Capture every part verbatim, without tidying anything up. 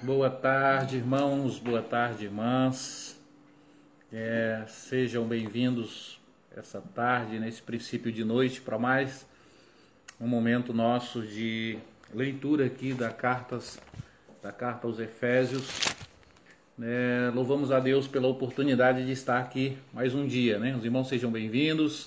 Boa tarde, irmãos, boa tarde, irmãs. É, sejam bem-vindos essa tarde, nesse princípio de noite, para mais um momento nosso de leitura aqui da, cartas, da carta aos Efésios. É, louvamos a Deus pela oportunidade de estar aqui mais um dia, né? Os irmãos sejam bem-vindos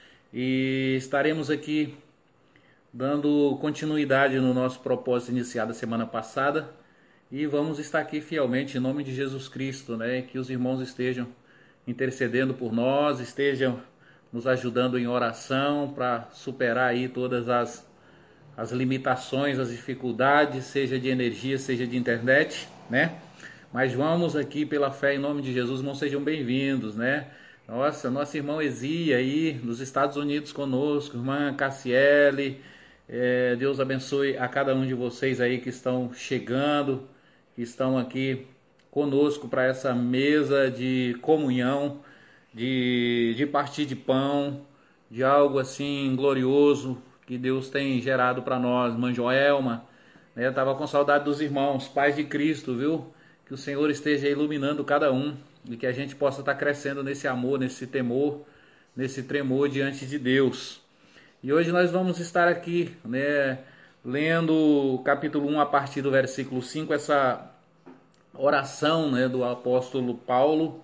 e estaremos aqui dando continuidade no nosso propósito iniciado a semana passada. E vamos estar aqui fielmente em nome de Jesus Cristo, né? Que os irmãos estejam intercedendo por nós, estejam nos ajudando em oração para superar aí todas as, as limitações, as dificuldades, seja de energia, seja de internet, né? Mas vamos aqui pela fé em nome de Jesus, irmãos, sejam bem-vindos, né? Nossa, nossa irmã Ezia aí, dos Estados Unidos conosco, irmã Cassiele, é, Deus abençoe a cada um de vocês aí que estão chegando, que estão aqui conosco para essa mesa de comunhão, de, de partir de pão, de algo assim glorioso que Deus tem gerado para nós. Irmã Joelma, né? Estava com saudade dos irmãos, pais de Cristo, viu? Que o Senhor esteja iluminando cada um e que a gente possa estar crescendo nesse amor, nesse temor, nesse tremor diante de Deus. E hoje nós vamos estar aqui, né, lendo o capítulo um a partir do versículo cinco, essa oração, né, do apóstolo Paulo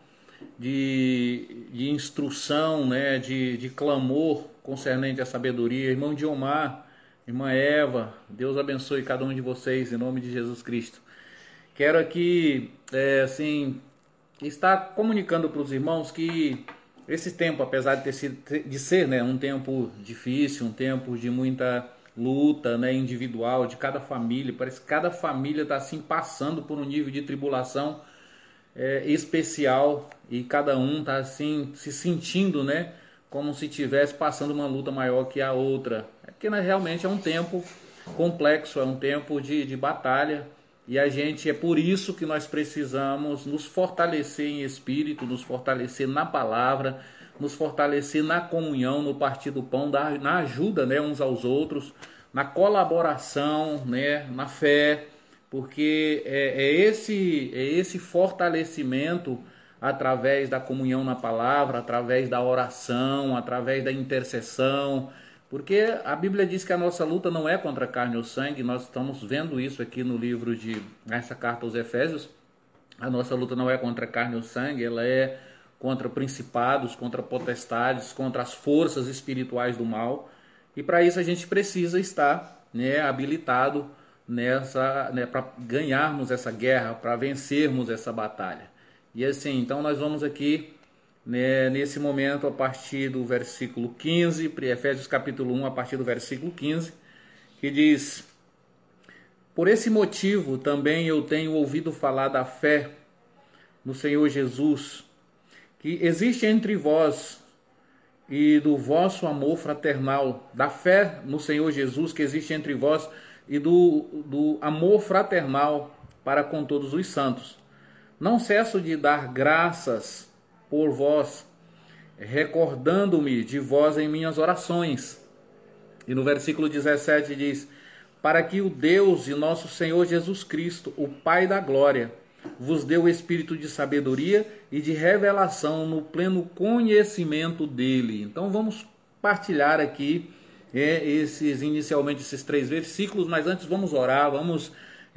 de, de instrução, né, de, de clamor concernente à sabedoria. Irmão Diomar, irmã Eva, Deus abençoe cada um de vocês em nome de Jesus Cristo. Quero aqui, é, assim, estar comunicando para os irmãos que esse tempo, apesar de, ter sido, de ser, né, um tempo difícil, um tempo de muita luta, né, individual, de cada família, parece que cada família está assim, passando por um nível de tribulação é, especial e cada um está assim, se sentindo, né, como se estivesse passando uma luta maior que a outra. É porque, né, realmente é um tempo complexo, é um tempo de, de batalha. E a gente, é por isso que nós precisamos nos fortalecer em espírito, nos fortalecer na palavra, nos fortalecer na comunhão, no partir do pão, na ajuda, né, uns aos outros, na colaboração, né, na fé, porque é, é, esse, é esse fortalecimento através da comunhão na palavra, através da oração, através da intercessão. Porque a Bíblia diz que a nossa luta não é contra carne ou sangue, nós estamos vendo isso aqui no livro de, nessa carta aos Efésios, a nossa luta não é contra carne ou sangue, ela é contra principados, contra potestades, contra as forças espirituais do mal, e para isso a gente precisa estar, né, habilitado nessa, né, para ganharmos essa guerra, para vencermos essa batalha. E assim, então nós vamos aqui, né, nesse momento, a partir do versículo quinze, Efésios capítulo um, a partir do versículo quinze, que diz: Por esse motivo também eu tenho ouvido falar da fé no Senhor Jesus, que existe entre vós, e do vosso amor fraternal, da fé no Senhor Jesus que existe entre vós, e do, do amor fraternal para com todos os santos. Não cesso de dar graças por vós, recordando-me de vós em minhas orações. E no versículo dezessete diz: Para que o Deus de nosso Senhor Jesus Cristo, o Pai da glória, vos dê o espírito de sabedoria e de revelação no pleno conhecimento dele. Então vamos partilhar aqui é, esses inicialmente esses três versículos, mas antes vamos orar, vamos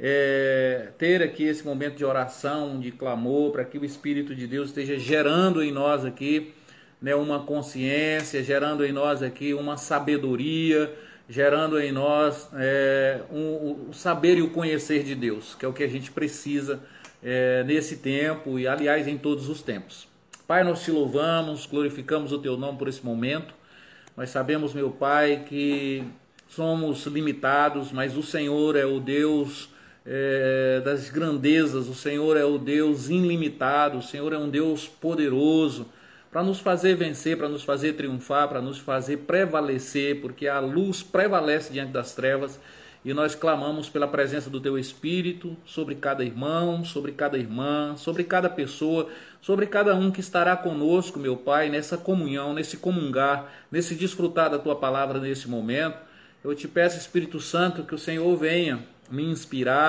É, ter aqui esse momento de oração, de clamor, para que o Espírito de Deus esteja gerando em nós aqui, né, uma consciência, gerando em nós aqui uma sabedoria, gerando em nós é, um, o saber e o conhecer de Deus, que é o que a gente precisa é, nesse tempo e, aliás, em todos os tempos. Pai, nós te louvamos, glorificamos o teu nome por esse momento. Nós sabemos, meu Pai, que somos limitados, mas o Senhor é o Deus É, das grandezas, o Senhor é o Deus ilimitado, o Senhor é um Deus poderoso para nos fazer vencer, para nos fazer triunfar, para nos fazer prevalecer, porque a luz prevalece diante das trevas, e nós clamamos pela presença do Teu Espírito sobre cada irmão, sobre cada irmã, sobre cada pessoa, sobre cada um que estará conosco, meu Pai, nessa comunhão, nesse comungar, nesse desfrutar da Tua palavra nesse momento. Eu te peço, Espírito Santo, que o Senhor venha me inspirar,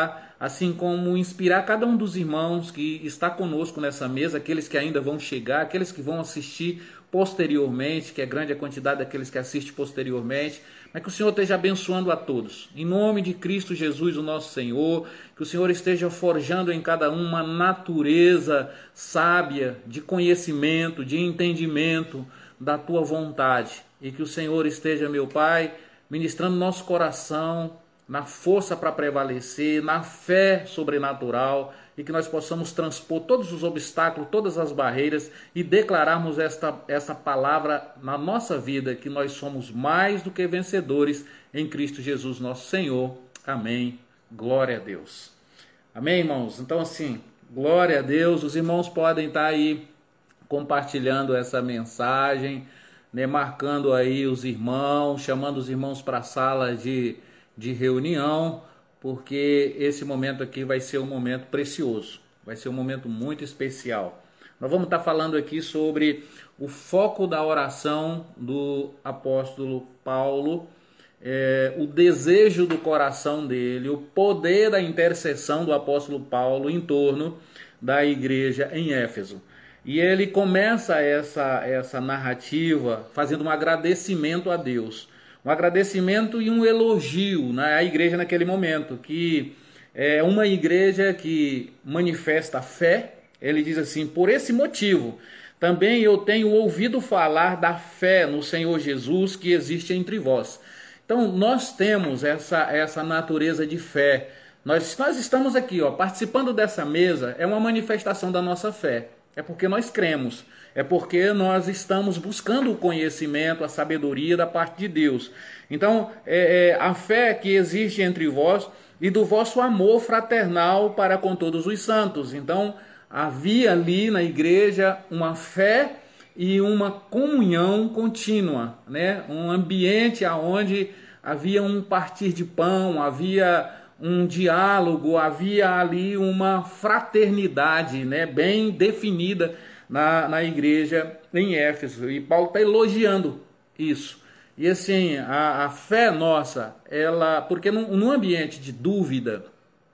assim como inspirar cada um dos irmãos que está conosco nessa mesa, aqueles que ainda vão chegar, aqueles que vão assistir posteriormente, que é grande a quantidade daqueles que assistem posteriormente, mas que o Senhor esteja abençoando a todos. Em nome de Cristo Jesus, o nosso Senhor, que o Senhor esteja forjando em cada um uma natureza sábia, de conhecimento, de entendimento da Tua vontade. E que o Senhor esteja, meu Pai, ministrando nosso coração na força para prevalecer, na fé sobrenatural, e que nós possamos transpor todos os obstáculos, todas as barreiras e declararmos esta, essa palavra na nossa vida, que nós somos mais do que vencedores em Cristo Jesus, nosso Senhor. Amém. Glória a Deus. Amém, irmãos? Então, assim, glória a Deus. Os irmãos podem estar aí compartilhando essa mensagem, né, marcando aí os irmãos, chamando os irmãos para a sala de, de reunião, porque esse momento aqui vai ser um momento precioso, vai ser um momento muito especial. Nós vamos estar falando aqui sobre o foco da oração do apóstolo Paulo, é, o desejo do coração dele, o poder da intercessão do apóstolo Paulo em torno da igreja em Éfeso. E ele começa essa, essa narrativa fazendo um agradecimento a Deus. Um agradecimento e um elogio, né, à igreja naquele momento, que é uma igreja que manifesta fé. Ele diz assim: por esse motivo, também eu tenho ouvido falar da fé no Senhor Jesus que existe entre vós. Então, nós temos essa, essa natureza de fé. Nós, nós estamos aqui, ó, participando dessa mesa, é uma manifestação da nossa fé. É porque nós cremos, é porque nós estamos buscando o conhecimento, a sabedoria da parte de Deus. Então, é, é, a fé que existe entre vós e do vosso amor fraternal para com todos os santos. Então, havia ali na igreja uma fé e uma comunhão contínua, né? Um ambiente onde havia um partir de pão, havia um diálogo, havia ali uma fraternidade, né, bem definida na, na igreja em Éfeso. E Paulo está elogiando isso. E assim, a, a fé nossa, ela, porque num, num ambiente de dúvida,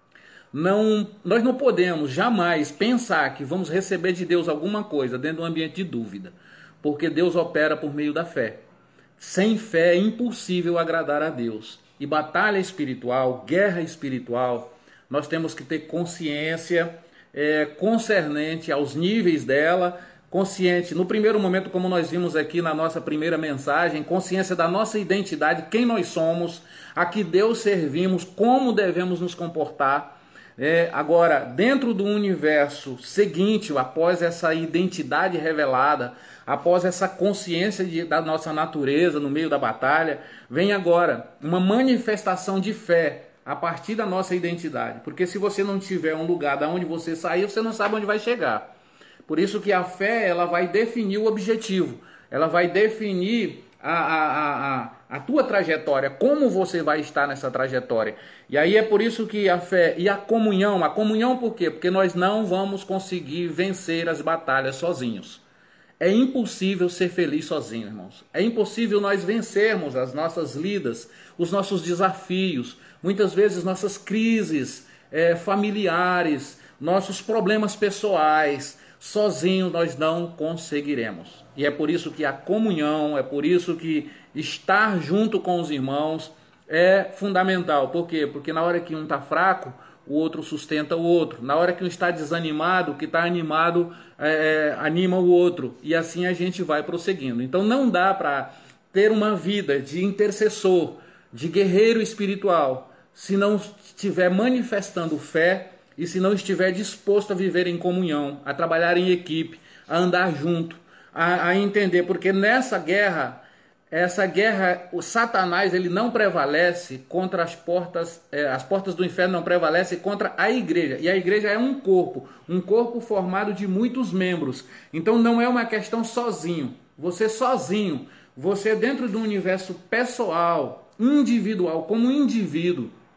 não, nós não podemos jamais pensar que vamos receber de Deus alguma coisa dentro de um ambiente de dúvida, porque Deus opera por meio da fé. Sem fé é impossível agradar a Deus. E batalha espiritual, guerra espiritual, nós temos que ter consciência é, concernente aos níveis dela, consciente, no primeiro momento, como nós vimos aqui na nossa primeira mensagem, consciência da nossa identidade, quem nós somos, a que Deus servimos, como devemos nos comportar. É, agora, dentro do universo seguinte, após essa identidade revelada, após essa consciência de, da nossa natureza no meio da batalha, vem agora uma manifestação de fé a partir da nossa identidade. Porque se você não tiver um lugar da onde você sair, você não sabe onde vai chegar. Por isso que a fé, ela vai definir o objetivo, ela vai definir a, a, a, a tua trajetória, como você vai estar nessa trajetória. E aí é por isso que a fé e a comunhão, a comunhão por quê? Porque nós não vamos conseguir vencer as batalhas sozinhos. É impossível ser feliz sozinho, irmãos. É impossível nós vencermos as nossas lidas, os nossos desafios, muitas vezes nossas crises é, familiares, nossos problemas pessoais. Sozinhos nós não conseguiremos. E é por isso que a comunhão, é por isso que estar junto com os irmãos é fundamental. Por quê? Porque na hora que um está fraco, o outro sustenta o outro. Na hora que um está desanimado, o que está animado é, anima o outro. E assim a gente vai prosseguindo. Então não dá para ter uma vida de intercessor, de guerreiro espiritual, se não estiver manifestando fé e se não estiver disposto a viver em comunhão, a trabalhar em equipe, a andar junto, a, a entender. Porque nessa guerra... Essa guerra, o Satanás, ele não prevalece contra as portas, é, as portas do inferno não prevalecem contra a igreja. E a igreja é um corpo, um corpo formado de muitos membros. Então não é uma questão sozinho. Você sozinho, você dentro do universo pessoal, individual, como indivíduo,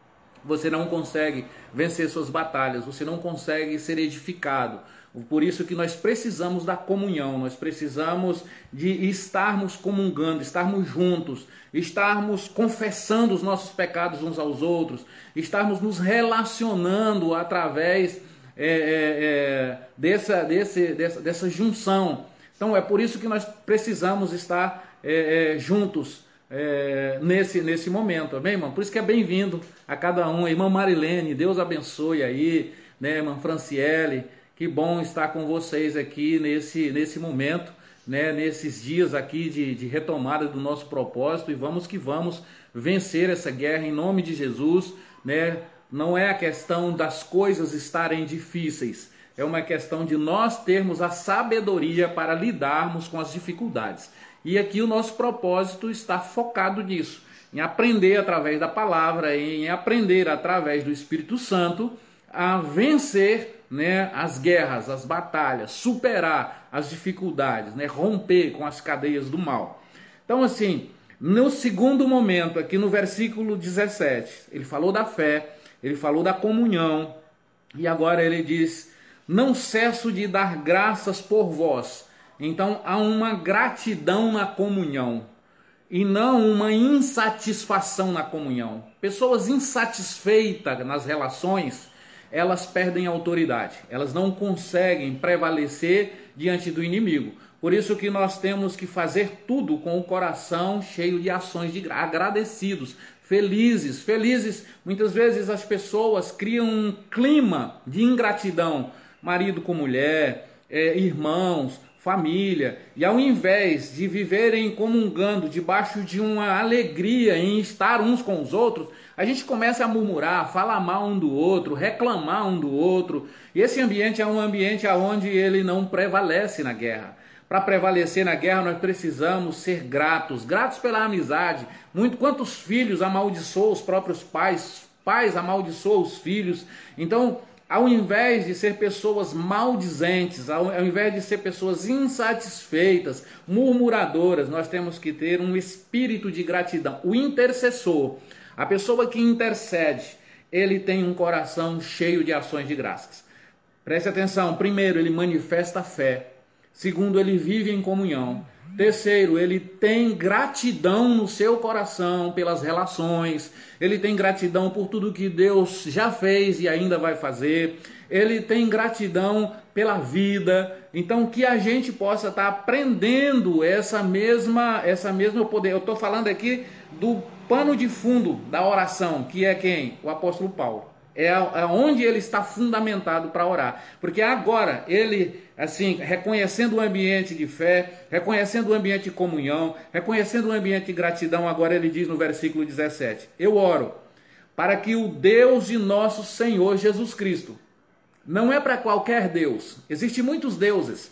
você não consegue vencer suas batalhas, você não consegue ser edificado. Por isso que nós precisamos da comunhão, nós precisamos de estarmos comungando, estarmos juntos, estarmos confessando os nossos pecados uns aos outros, estarmos nos relacionando através é, é, é, dessa, desse, dessa, dessa junção. Então é por isso que nós precisamos estar é, é, juntos é, nesse, nesse momento, amém, irmão? Por isso que é bem-vindo a cada um. Irmã Marilene, Deus abençoe aí, né, irmã Franciele, que bom estar com vocês aqui nesse, nesse momento, né, nesses dias aqui de, de retomada do nosso propósito, e vamos que vamos vencer essa guerra em nome de Jesus, né? Não é a questão das coisas estarem difíceis, é uma questão de nós termos a sabedoria para lidarmos com as dificuldades. E aqui o nosso propósito está focado nisso, em aprender através da palavra, em aprender através do Espírito Santo a vencer, né, as guerras, as batalhas, superar as dificuldades, né, romper com as cadeias do mal. Então, assim, no segundo momento, aqui no versículo dezessete, ele falou da fé, ele falou da comunhão, e agora ele diz: não cesso de dar graças por vós. Então há uma gratidão na comunhão e não uma insatisfação na comunhão. Pessoas insatisfeitas nas relações, elas perdem autoridade, elas não conseguem prevalecer diante do inimigo. Por isso que nós temos que fazer tudo com o coração cheio de ações de graça, agradecidos, felizes, felizes. Muitas vezes as pessoas criam um clima de ingratidão, marido com mulher, é, irmãos, família, e ao invés de viverem comungando debaixo de uma alegria em estar uns com os outros, a gente começa a murmurar, falar mal um do outro, reclamar um do outro, e esse ambiente é um ambiente onde ele não prevalece na guerra. Para prevalecer na guerra nós precisamos ser gratos, gratos pela amizade. Muito, quantos filhos amaldiçoam os próprios pais, pais amaldiçoam os filhos. Então, ao invés de ser pessoas maldizentes, ao, ao invés de ser pessoas insatisfeitas, murmuradoras, nós temos que ter um espírito de gratidão. O intercessor, a pessoa que intercede, ele tem um coração cheio de ações de graças. Preste atenção, primeiro, ele manifesta fé. Segundo, ele vive em comunhão. Terceiro, ele tem gratidão no seu coração pelas relações. Ele tem gratidão por tudo que Deus já fez e ainda vai fazer. Ele tem gratidão pela vida. Então, que a gente possa estar aprendendo essa mesma, essa mesma poder. Eu estou falando aqui do pano de fundo da oração, que é quem? O apóstolo Paulo. É onde ele está fundamentado para orar. Porque agora ele, assim, reconhecendo o ambiente de fé, reconhecendo o ambiente de comunhão, reconhecendo o ambiente de gratidão, agora ele diz no versículo dezessete: eu oro para que o Deus de nosso Senhor Jesus Cristo, não é para qualquer Deus, existem muitos deuses,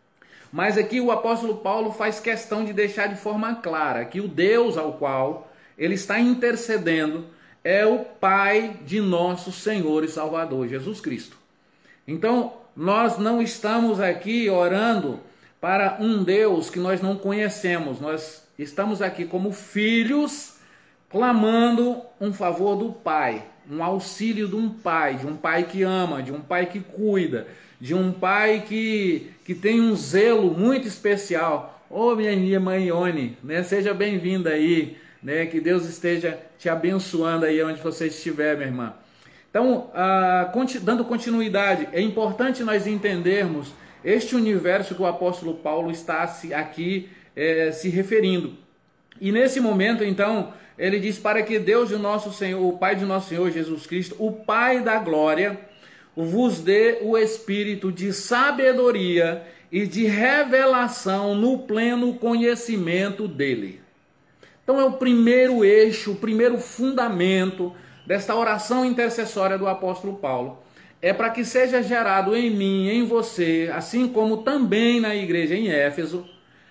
mas aqui o apóstolo Paulo faz questão de deixar de forma clara que o Deus ao qual ele está intercedendo é o Pai de nosso Senhor e Salvador, Jesus Cristo. Então, nós não estamos aqui orando para um Deus que nós não conhecemos. Nós estamos aqui como filhos, clamando um favor do Pai, um auxílio de um Pai, de um Pai que ama, de um Pai que cuida, de um Pai que, que tem um zelo muito especial. Ô, oh, minha mãe Ione, né? Seja bem-vinda aí. Né, que Deus esteja te abençoando aí onde você estiver, minha irmã. Então, ah, conti- dando continuidade, é importante nós entendermos este universo que o apóstolo Paulo está se, aqui eh, se referindo. E nesse momento, então, ele diz: para que Deus de nosso Senhor, o Pai de nosso Senhor Jesus Cristo, o Pai da glória, vos dê o espírito de sabedoria e de revelação no pleno conhecimento dele. Então é o primeiro eixo, o primeiro fundamento desta oração intercessória do apóstolo Paulo. É para que seja gerado em mim, em você, assim como também na igreja em Éfeso,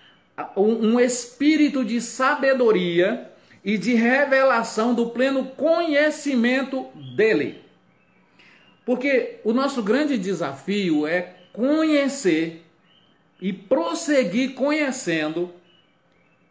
um espírito de sabedoria e de revelação do pleno conhecimento dele. Porque o nosso grande desafio é conhecer e prosseguir conhecendo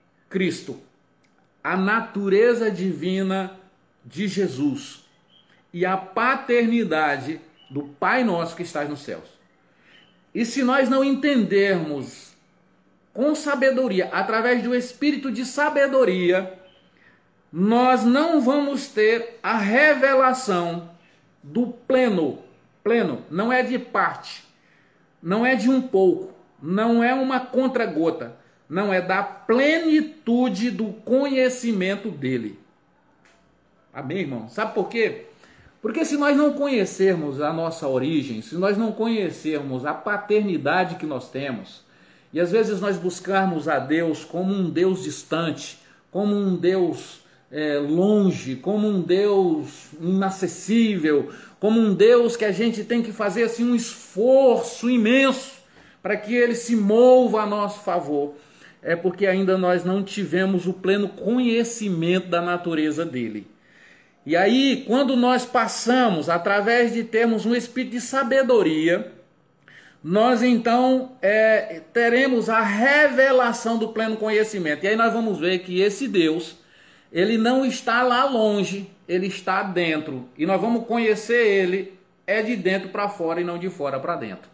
Cristo, a natureza divina de Jesus. e a paternidade do Pai nosso que está nos céus. E se nós não entendermos com sabedoria, através do espírito de sabedoria, nós não vamos ter a revelação do pleno. Pleno não é de parte, não é de um pouco, não é uma contra-gota, não, é da plenitude do conhecimento dele. Amém, irmão? Sabe por quê? Porque se nós não conhecermos a nossa origem, se nós não conhecermos a paternidade que nós temos, e às vezes nós buscarmos a Deus como um Deus distante, como um Deus é, longe, como um Deus inacessível, como um Deus que a gente tem que fazer assim um esforço imenso para que ele se mova a nosso favor, é porque ainda nós não tivemos o pleno conhecimento da natureza dele. E aí, quando nós passamos, através de termos um espírito de sabedoria, nós então é, teremos a revelação do pleno conhecimento. E aí nós vamos ver que esse Deus, ele não está lá longe, ele está dentro. E nós vamos conhecer ele é de dentro para fora e não de fora para dentro.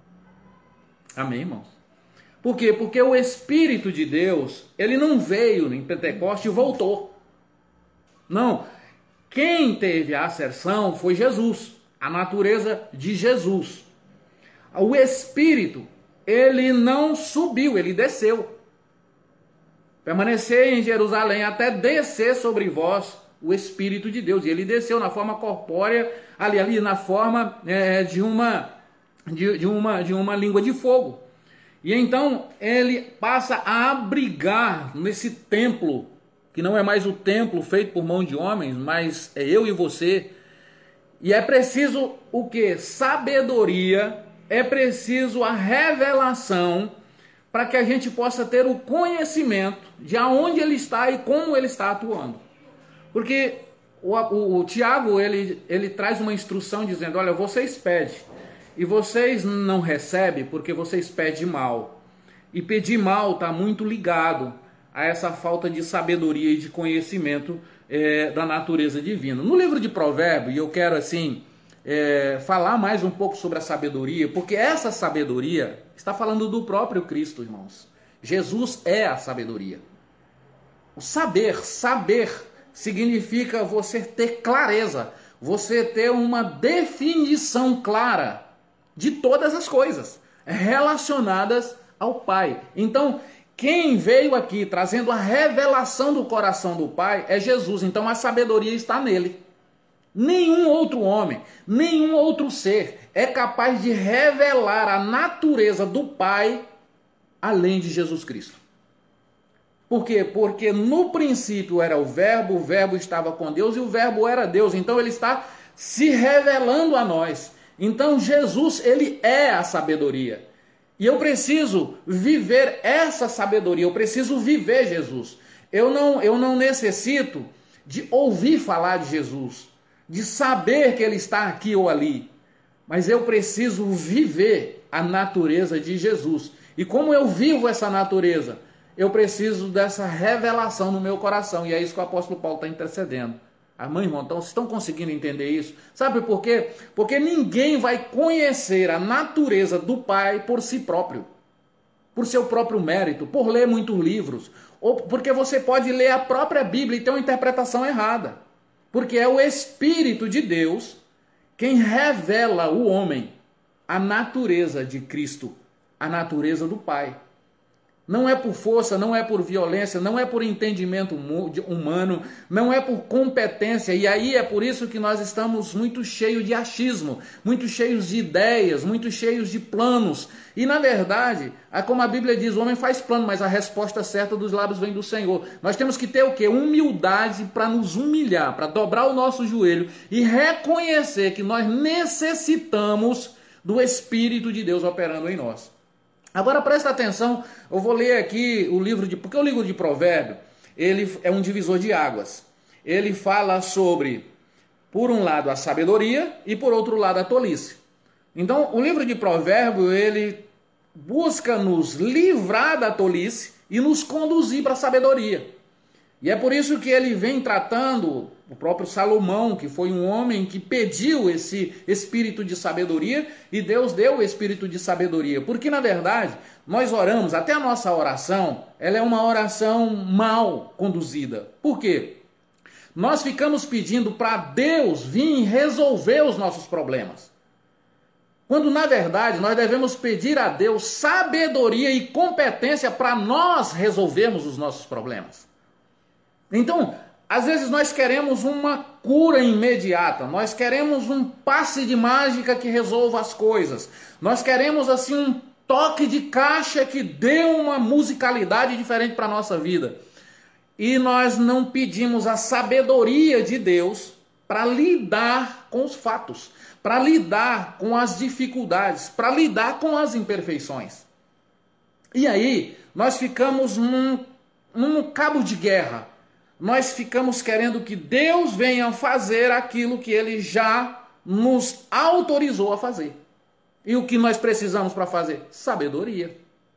Amém, irmãos? Por quê? Porque o Espírito de Deus, ele não veio em Pentecoste e voltou. Não. Quem teve a ascensão foi Jesus, a natureza de Jesus. O Espírito, ele não subiu, ele desceu. Permanecer em Jerusalém até descer sobre vós o Espírito de Deus. E ele desceu na forma corpórea, ali, ali na forma é, de, uma, de, de, uma, de uma língua de fogo. E então ele passa a abrigar nesse templo, que não é mais o templo feito por mão de homens, mas é eu e você. E é preciso o quê? Sabedoria, é preciso a revelação para que a gente possa ter o conhecimento de aonde ele está e como ele está atuando. Porque o, o, o Tiago, ele, ele traz uma instrução dizendo, olha, vocês pedem, e vocês não recebem porque vocês pedem mal. E pedir mal está muito ligado a essa falta de sabedoria e de conhecimento é, da natureza divina. No livro de Provérbios, e eu quero assim é, falar mais um pouco sobre a sabedoria, porque essa sabedoria está falando do próprio Cristo, irmãos. Jesus é a sabedoria. O saber, saber significa você ter clareza, você ter uma definição clara de todas as coisas relacionadas ao Pai. Então, quem veio aqui trazendo a revelação do coração do Pai é Jesus. Então a sabedoria está nele. Nenhum outro homem, nenhum outro ser é capaz de revelar a natureza do Pai além de Jesus Cristo. Por quê? Porque no princípio era o Verbo, o Verbo estava com Deus e o Verbo era Deus. Então ele está se revelando a nós. Então Jesus, ele é a sabedoria. E eu preciso viver essa sabedoria, eu preciso viver Jesus. Eu não, eu não necessito de ouvir falar de Jesus, de saber que ele está aqui ou ali, mas eu preciso viver a natureza de Jesus. E como eu vivo essa natureza, eu preciso dessa revelação no meu coração, e é isso que o apóstolo Paulo está intercedendo. Amém, irmão? Então, vocês estão conseguindo entender isso? Sabe por quê? Porque ninguém vai conhecer a natureza do Pai por si próprio, por seu próprio mérito, por ler muitos livros, ou porque você pode ler a própria Bíblia e ter uma interpretação errada. Porque é o Espírito de Deus quem revela ao homem a natureza de Cristo, a natureza do Pai. Não é por força, não é por violência, não é por entendimento humano, não é por competência. E aí é por isso que nós estamos muito cheios de achismo, muito cheios de ideias, muito cheios de planos. E na verdade, como a Bíblia diz, o homem faz plano, mas a resposta certa dos lábios vem do Senhor. Nós temos que ter o quê? Humildade para nos humilhar, para dobrar o nosso joelho e reconhecer que nós necessitamos do Espírito de Deus operando em nós. Agora presta atenção, eu vou ler aqui o livro de... Porque o livro de Provérbios, ele é um divisor de águas. Ele fala sobre, por um lado, a sabedoria e por outro lado, a tolice. Então, o livro de Provérbios, ele busca nos livrar da tolice e nos conduzir para a sabedoria. E é por isso que ele vem tratando o próprio Salomão, que foi um homem que pediu esse espírito de sabedoria, e Deus deu o espírito de sabedoria. Porque, na verdade, nós oramos, até a nossa oração, ela é uma oração mal conduzida. Por quê? Nós ficamos pedindo para Deus vir resolver os nossos problemas. Quando, na verdade, nós devemos pedir a Deus sabedoria e competência para nós resolvermos os nossos problemas. Então, às vezes nós queremos uma cura imediata, nós queremos um passe de mágica que resolva as coisas, nós queremos assim um toque de caixa que dê uma musicalidade diferente para a nossa vida. E nós não pedimos a sabedoria de Deus para lidar com os fatos, para lidar com as dificuldades, para lidar com as imperfeições. E aí nós ficamos num, num cabo de guerra. Nós ficamos querendo que Deus venha fazer aquilo que Ele já nos autorizou a fazer. E o que nós precisamos para fazer? Sabedoria.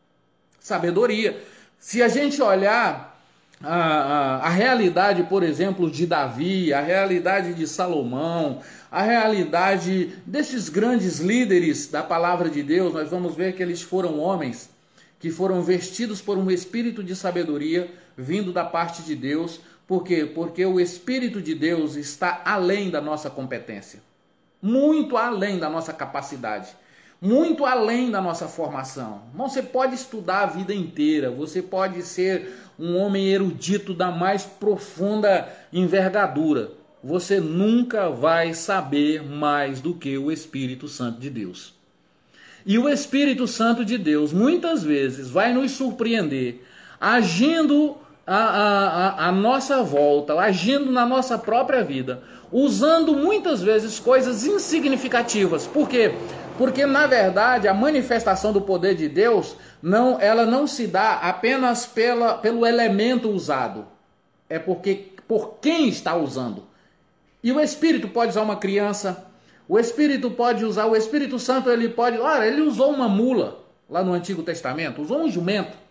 Sabedoria. Se a gente olhar a, a, a realidade, por exemplo, de Davi, a realidade de Salomão, a realidade desses grandes líderes da palavra de Deus, nós vamos ver que eles foram homens que foram vestidos por um espírito de sabedoria vindo da parte de Deus. Por quê? Porque o Espírito de Deus está além da nossa competência, muito além da nossa capacidade, muito além da nossa formação. Você pode estudar a vida inteira, você pode ser um homem erudito da mais profunda envergadura, você nunca vai saber mais do que o Espírito Santo de Deus. E o Espírito Santo de Deus, muitas vezes, vai nos surpreender, agindo A, a, a nossa volta, agindo na nossa própria vida, usando muitas vezes coisas insignificativas. Por quê? Porque, na verdade, a manifestação do poder de Deus, não, ela não se dá apenas pela, pelo elemento usado. É porque por quem está usando. E o Espírito pode usar uma criança, o Espírito pode usar, o Espírito Santo, ele pode... Olha, ele usou uma mula, lá no Antigo Testamento, usou um jumento.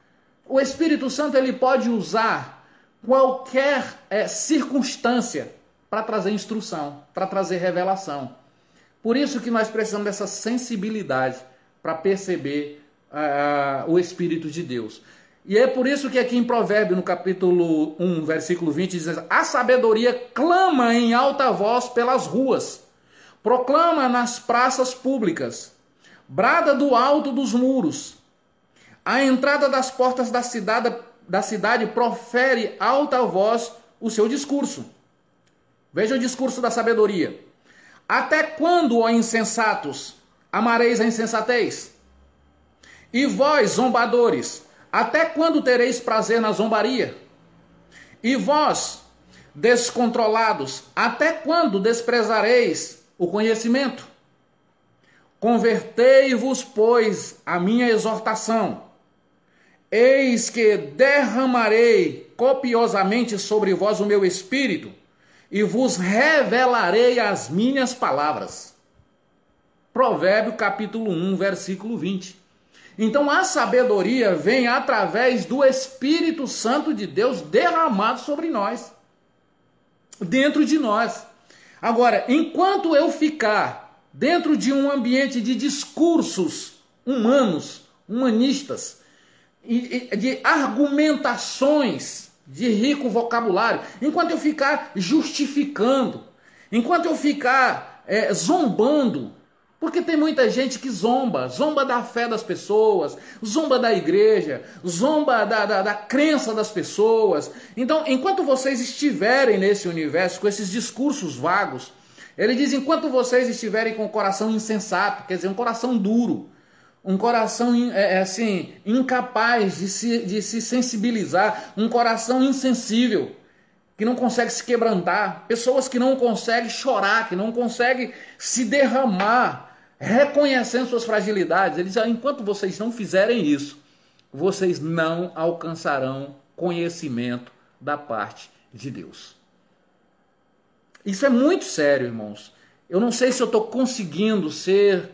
O Espírito Santo ele pode usar qualquer é, circunstância para trazer instrução, para trazer revelação. Por isso que nós precisamos dessa sensibilidade para perceber uh, o Espírito de Deus. E é por isso que aqui em Provérbio, no capítulo um, versículo vinte, diz: a sabedoria clama em alta voz pelas ruas, proclama nas praças públicas, brada do alto dos muros. À entrada das portas da cidade, da cidade profere alta voz o seu discurso. Veja o discurso da sabedoria. Até quando, ó insensatos, amareis a insensatez? E vós, zombadores, até quando tereis prazer na zombaria? E vós, descontrolados, até quando desprezareis o conhecimento? Convertei-vos, pois, à minha exortação. Eis que derramarei copiosamente sobre vós o meu espírito, e vos revelarei as minhas palavras. Provérbio capítulo um, versículo vinte. Então a sabedoria vem através do Espírito Santo de Deus derramado sobre nós, dentro de nós. Agora, enquanto eu ficar dentro de um ambiente de discursos humanos, humanistas, de argumentações de rico vocabulário, enquanto eu ficar justificando, enquanto eu ficar é, zombando, porque tem muita gente que zomba, zomba da fé das pessoas, zomba da igreja, zomba da, da, da crença das pessoas. Então, enquanto vocês estiverem nesse universo, com esses discursos vagos, ele diz, enquanto vocês estiverem com o coração insensato, quer dizer, um coração duro, um coração é, assim, incapaz de se, de se sensibilizar, um coração insensível, que não consegue se quebrantar, pessoas que não conseguem chorar, que não conseguem se derramar, reconhecendo suas fragilidades. Ele diz, enquanto vocês não fizerem isso, vocês não alcançarão conhecimento da parte de Deus. Isso é muito sério, irmãos. Eu não sei se eu estou conseguindo ser...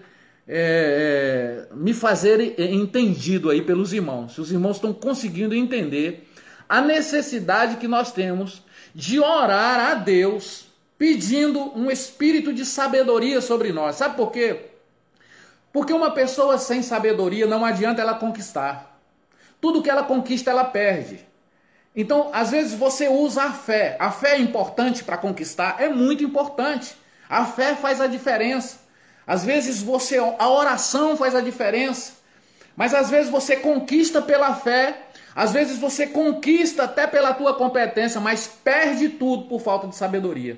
É, é, me fazer entendido aí pelos irmãos, se os irmãos estão conseguindo entender a necessidade que nós temos de orar a Deus pedindo um espírito de sabedoria sobre nós. Sabe por quê? Porque uma pessoa sem sabedoria não adianta ela conquistar. Tudo que ela conquista, ela perde. Então, às vezes você usa a fé. A fé é importante para conquistar? É muito importante. A fé faz a diferença. Às vezes você, a oração faz a diferença. Mas às vezes você conquista pela fé. Às vezes você conquista até pela tua competência, mas perde tudo por falta de sabedoria.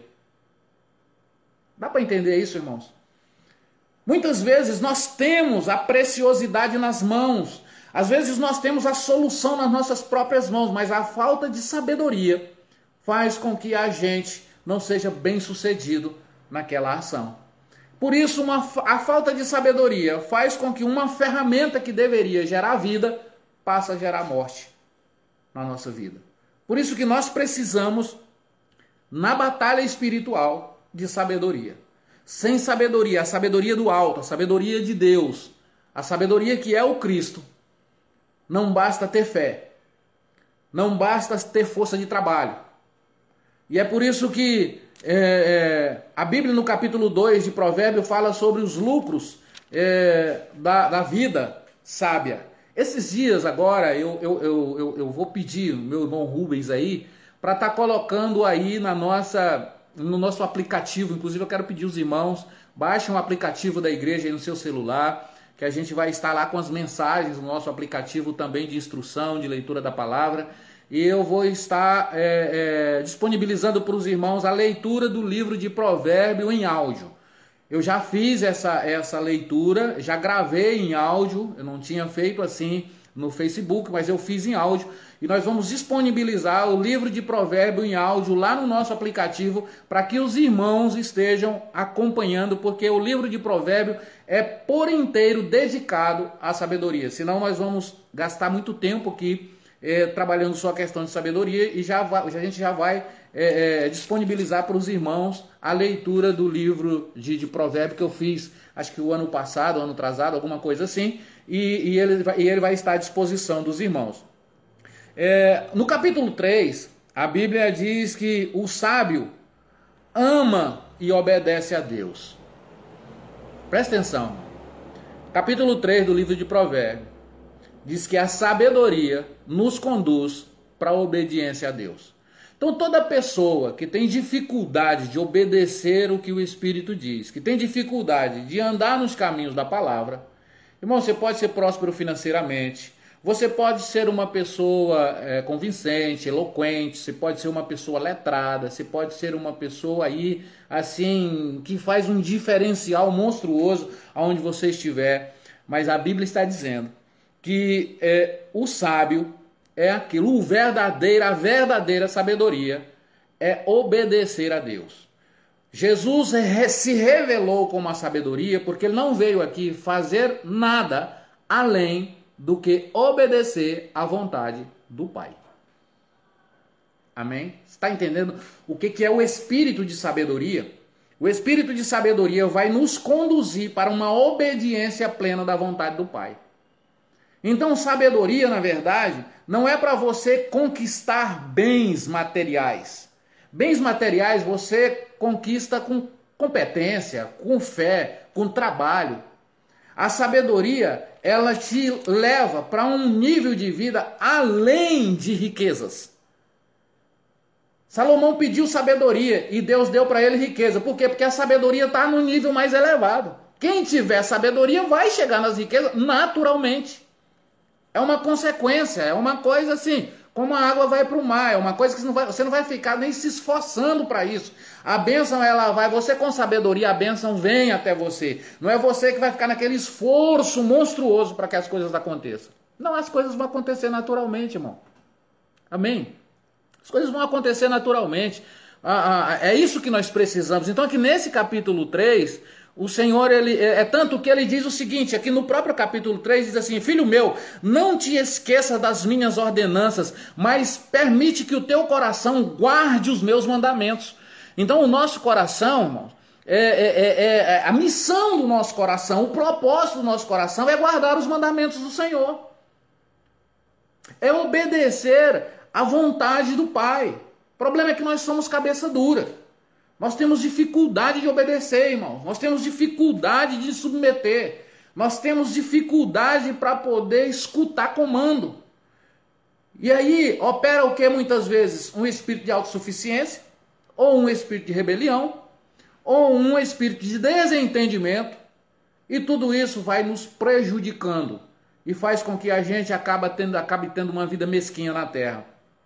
Dá para entender isso, irmãos? Muitas vezes nós temos a preciosidade nas mãos. Às vezes nós temos a solução nas nossas próprias mãos, mas a falta de sabedoria faz com que a gente não seja bem sucedido naquela ação. Por isso, uma, a falta de sabedoria faz com que uma ferramenta que deveria gerar vida passe a gerar morte na nossa vida. Por isso que nós precisamos, na batalha espiritual, de sabedoria. Sem sabedoria, a sabedoria do alto, a sabedoria de Deus, a sabedoria que é o Cristo, não basta ter fé, não basta ter força de trabalho. E é por isso que é, é, a Bíblia no capítulo dois de Provérbios fala sobre os lucros é, da, da vida sábia. Esses dias agora eu, eu, eu, eu, eu vou pedir o meu irmão Rubens aí para estar tá colocando aí na nossa... no nosso aplicativo. Inclusive eu quero pedir os irmãos, baixem o aplicativo da igreja aí no seu celular, que a gente vai estar lá com as mensagens no nosso aplicativo também de instrução, de leitura da palavra, e eu vou estar é, é, disponibilizando para os irmãos a leitura do livro de Provérbio em áudio. Eu já fiz essa, essa leitura, já gravei em áudio, eu não tinha feito assim no Facebook, mas eu fiz em áudio, e nós vamos disponibilizar o livro de Provérbio em áudio lá no nosso aplicativo para que os irmãos estejam acompanhando, porque o livro de Provérbio é por inteiro dedicado à sabedoria, senão nós vamos gastar muito tempo aqui é, trabalhando só a questão de sabedoria, e já vai, a gente já vai é, é, disponibilizar para os irmãos a leitura do livro de, de Provérbio que eu fiz, acho que o ano passado, ano atrasado, alguma coisa assim, e, e, ele, vai, e ele vai estar à disposição dos irmãos. É, no capítulo três, a Bíblia diz que o sábio ama e obedece a Deus. Presta atenção. Capítulo três do livro de Provérbios diz que a sabedoria nos conduz para a obediência a Deus. Então toda pessoa que tem dificuldade de obedecer o que o Espírito diz, que tem dificuldade de andar nos caminhos da palavra, irmão, você pode ser próspero financeiramente, você pode ser uma pessoa é, convincente, eloquente, você pode ser uma pessoa letrada, você pode ser uma pessoa aí, assim, que faz um diferencial monstruoso aonde você estiver. Mas a Bíblia está dizendo que é, o sábio é aquilo, o verdadeiro, a verdadeira sabedoria é obedecer a Deus. Jesus se revelou como a sabedoria porque ele não veio aqui fazer nada além do que obedecer à vontade do Pai. Amém? Você está entendendo o que, que é o espírito de sabedoria? O espírito de sabedoria vai nos conduzir para uma obediência plena da vontade do Pai. Então, sabedoria, na verdade, não é para você conquistar bens materiais. Bens materiais você conquista com competência, com fé, com trabalho. A sabedoria, ela te leva para um nível de vida além de riquezas. Salomão pediu sabedoria e Deus deu para ele riqueza. Por quê? Porque a sabedoria está no nível mais elevado. Quem tiver sabedoria vai chegar nas riquezas naturalmente. É uma consequência, é uma coisa assim, como a água vai para o mar, é uma coisa que você não vai, você não vai ficar nem se esforçando para isso. A bênção, ela vai, você com sabedoria, a bênção vem até você. Não é você que vai ficar naquele esforço monstruoso para que as coisas aconteçam. Não, as coisas vão acontecer naturalmente, irmão. Amém? As coisas vão acontecer naturalmente. Ah, ah, é isso que nós precisamos. Então aqui nesse capítulo três... o Senhor, ele, é tanto que ele diz o seguinte, aqui no próprio capítulo três, diz assim: filho meu, não te esqueça das minhas ordenanças, mas permite que o teu coração guarde os meus mandamentos. Então o nosso coração, irmãos, é, é, é, é, a missão do nosso coração, o propósito do nosso coração é guardar os mandamentos do Senhor. É obedecer a vontade do Pai. O problema é que nós somos cabeça dura. Nós temos dificuldade de obedecer, irmão. Nós temos dificuldade de submeter. Nós temos dificuldade para poder escutar comando. E aí opera o que muitas vezes? Um espírito de autossuficiência, ou um espírito de rebelião, ou um espírito de desentendimento. E tudo isso vai nos prejudicando e faz com que a gente acabe tendo, acabe tendo uma vida mesquinha na terra.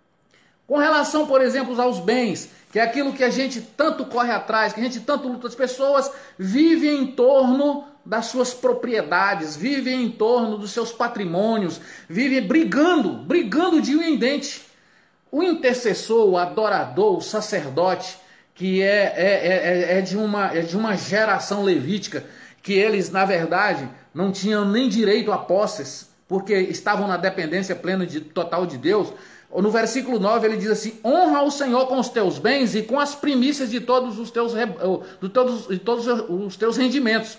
Com relação, por exemplo, aos bens, que é aquilo que a gente tanto corre atrás, que a gente tanto luta, as pessoas vivem em torno das suas propriedades, vivem em torno dos seus patrimônios, vivem brigando, brigando de unha em dente. O intercessor, o adorador, o sacerdote, que é, é, é, é, de uma, é de uma geração levítica, que eles, na verdade, não tinham nem direito a posses, porque estavam na dependência plena de, total de Deus. No versículo nove ele diz assim: honra o Senhor com os teus bens e com as primícias de todos os teus, de todos, de todos os teus rendimentos.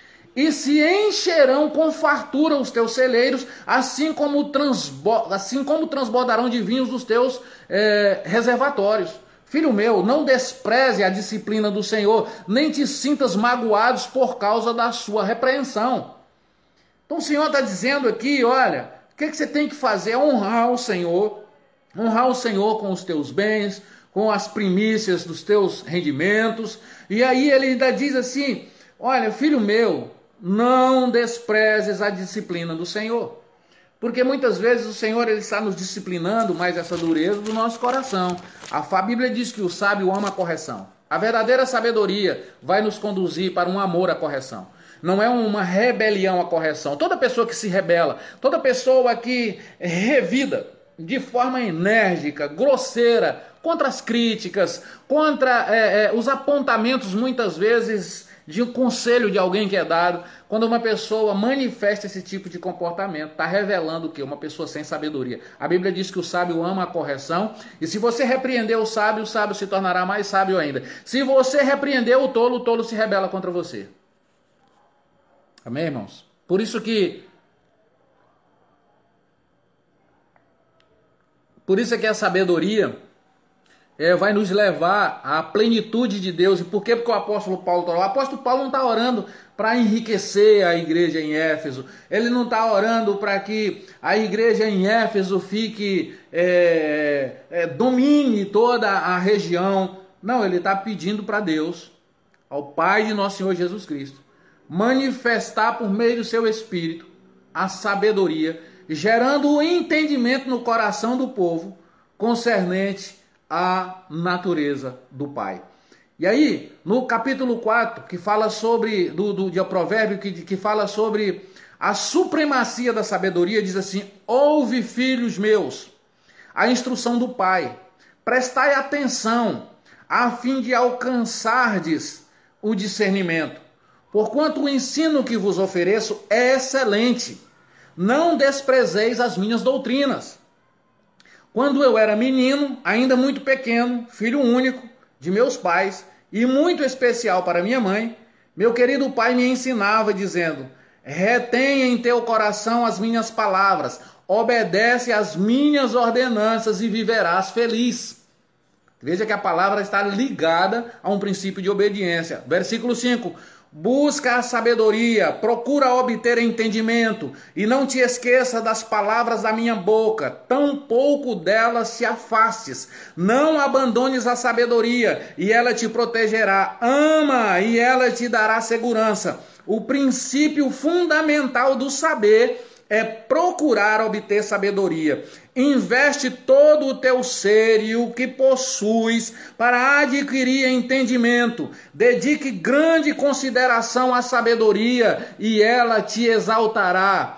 E se encherão com fartura os teus celeiros, assim como, transbo, assim como transbordarão de vinhos os teus é, reservatórios. Filho meu, não despreze a disciplina do Senhor, nem te sintas magoados por causa da sua repreensão. Então o Senhor está dizendo aqui, olha, o que, que você tem que fazer é honrar o Senhor, honrar o Senhor com os teus bens, com as primícias dos teus rendimentos. E aí ele ainda diz assim, olha, filho meu, não desprezes a disciplina do Senhor. Porque muitas vezes o Senhor ele está nos disciplinando mais essa dureza do nosso coração. A Bíblia diz que o sábio ama a correção. A verdadeira sabedoria vai nos conduzir para um amor à correção. Não é uma rebelião à correção. Toda pessoa que se rebela, toda pessoa que revida de forma enérgica, grosseira, contra as críticas, contra é, é, os apontamentos muitas vezes de um conselho de alguém que é dado, quando uma pessoa manifesta esse tipo de comportamento, está revelando o quê? Uma pessoa sem sabedoria. A Bíblia diz que o sábio ama a correção, e se você repreender o sábio, o sábio se tornará mais sábio ainda. Se você repreender o tolo, o tolo se rebela contra você. Amém, irmãos? Por isso que Por isso é que a sabedoria é, vai nos levar à plenitude de Deus. E por quê? Porque o apóstolo Paulo está orando. O apóstolo Paulo não está orando para enriquecer a igreja em Éfeso. Ele não está orando para que a igreja em Éfeso fique, é, é, domine toda a região. Não, ele está pedindo para Deus, ao Pai de nosso Senhor Jesus Cristo, manifestar por meio do seu Espírito a sabedoria, gerando o entendimento no coração do povo concernente à natureza do Pai. E aí, no capítulo quatro, que fala sobre, do, do de Provérbio, que, que fala sobre a supremacia da sabedoria, diz assim: ouve, filhos meus, a instrução do Pai, prestai atenção, a fim de alcançardes o discernimento, porquanto o ensino que vos ofereço é excelente. Não desprezeis as minhas doutrinas. Quando eu era menino, ainda muito pequeno, filho único de meus pais e muito especial para minha mãe, meu querido pai me ensinava dizendo: retenha em teu coração as minhas palavras, obedece às minhas ordenanças e viverás feliz. Veja que a palavra está ligada a um princípio de obediência. Versículo cinco. Busca a sabedoria, procura obter entendimento, e não te esqueça das palavras da minha boca, tampouco delas se afastes. Não abandones a sabedoria, e ela te protegerá. Ama, e ela te dará segurança. O princípio fundamental do saber é procurar obter sabedoria. Investe todo o teu ser e o que possuis para adquirir entendimento. Dedique grande consideração à sabedoria e ela te exaltará.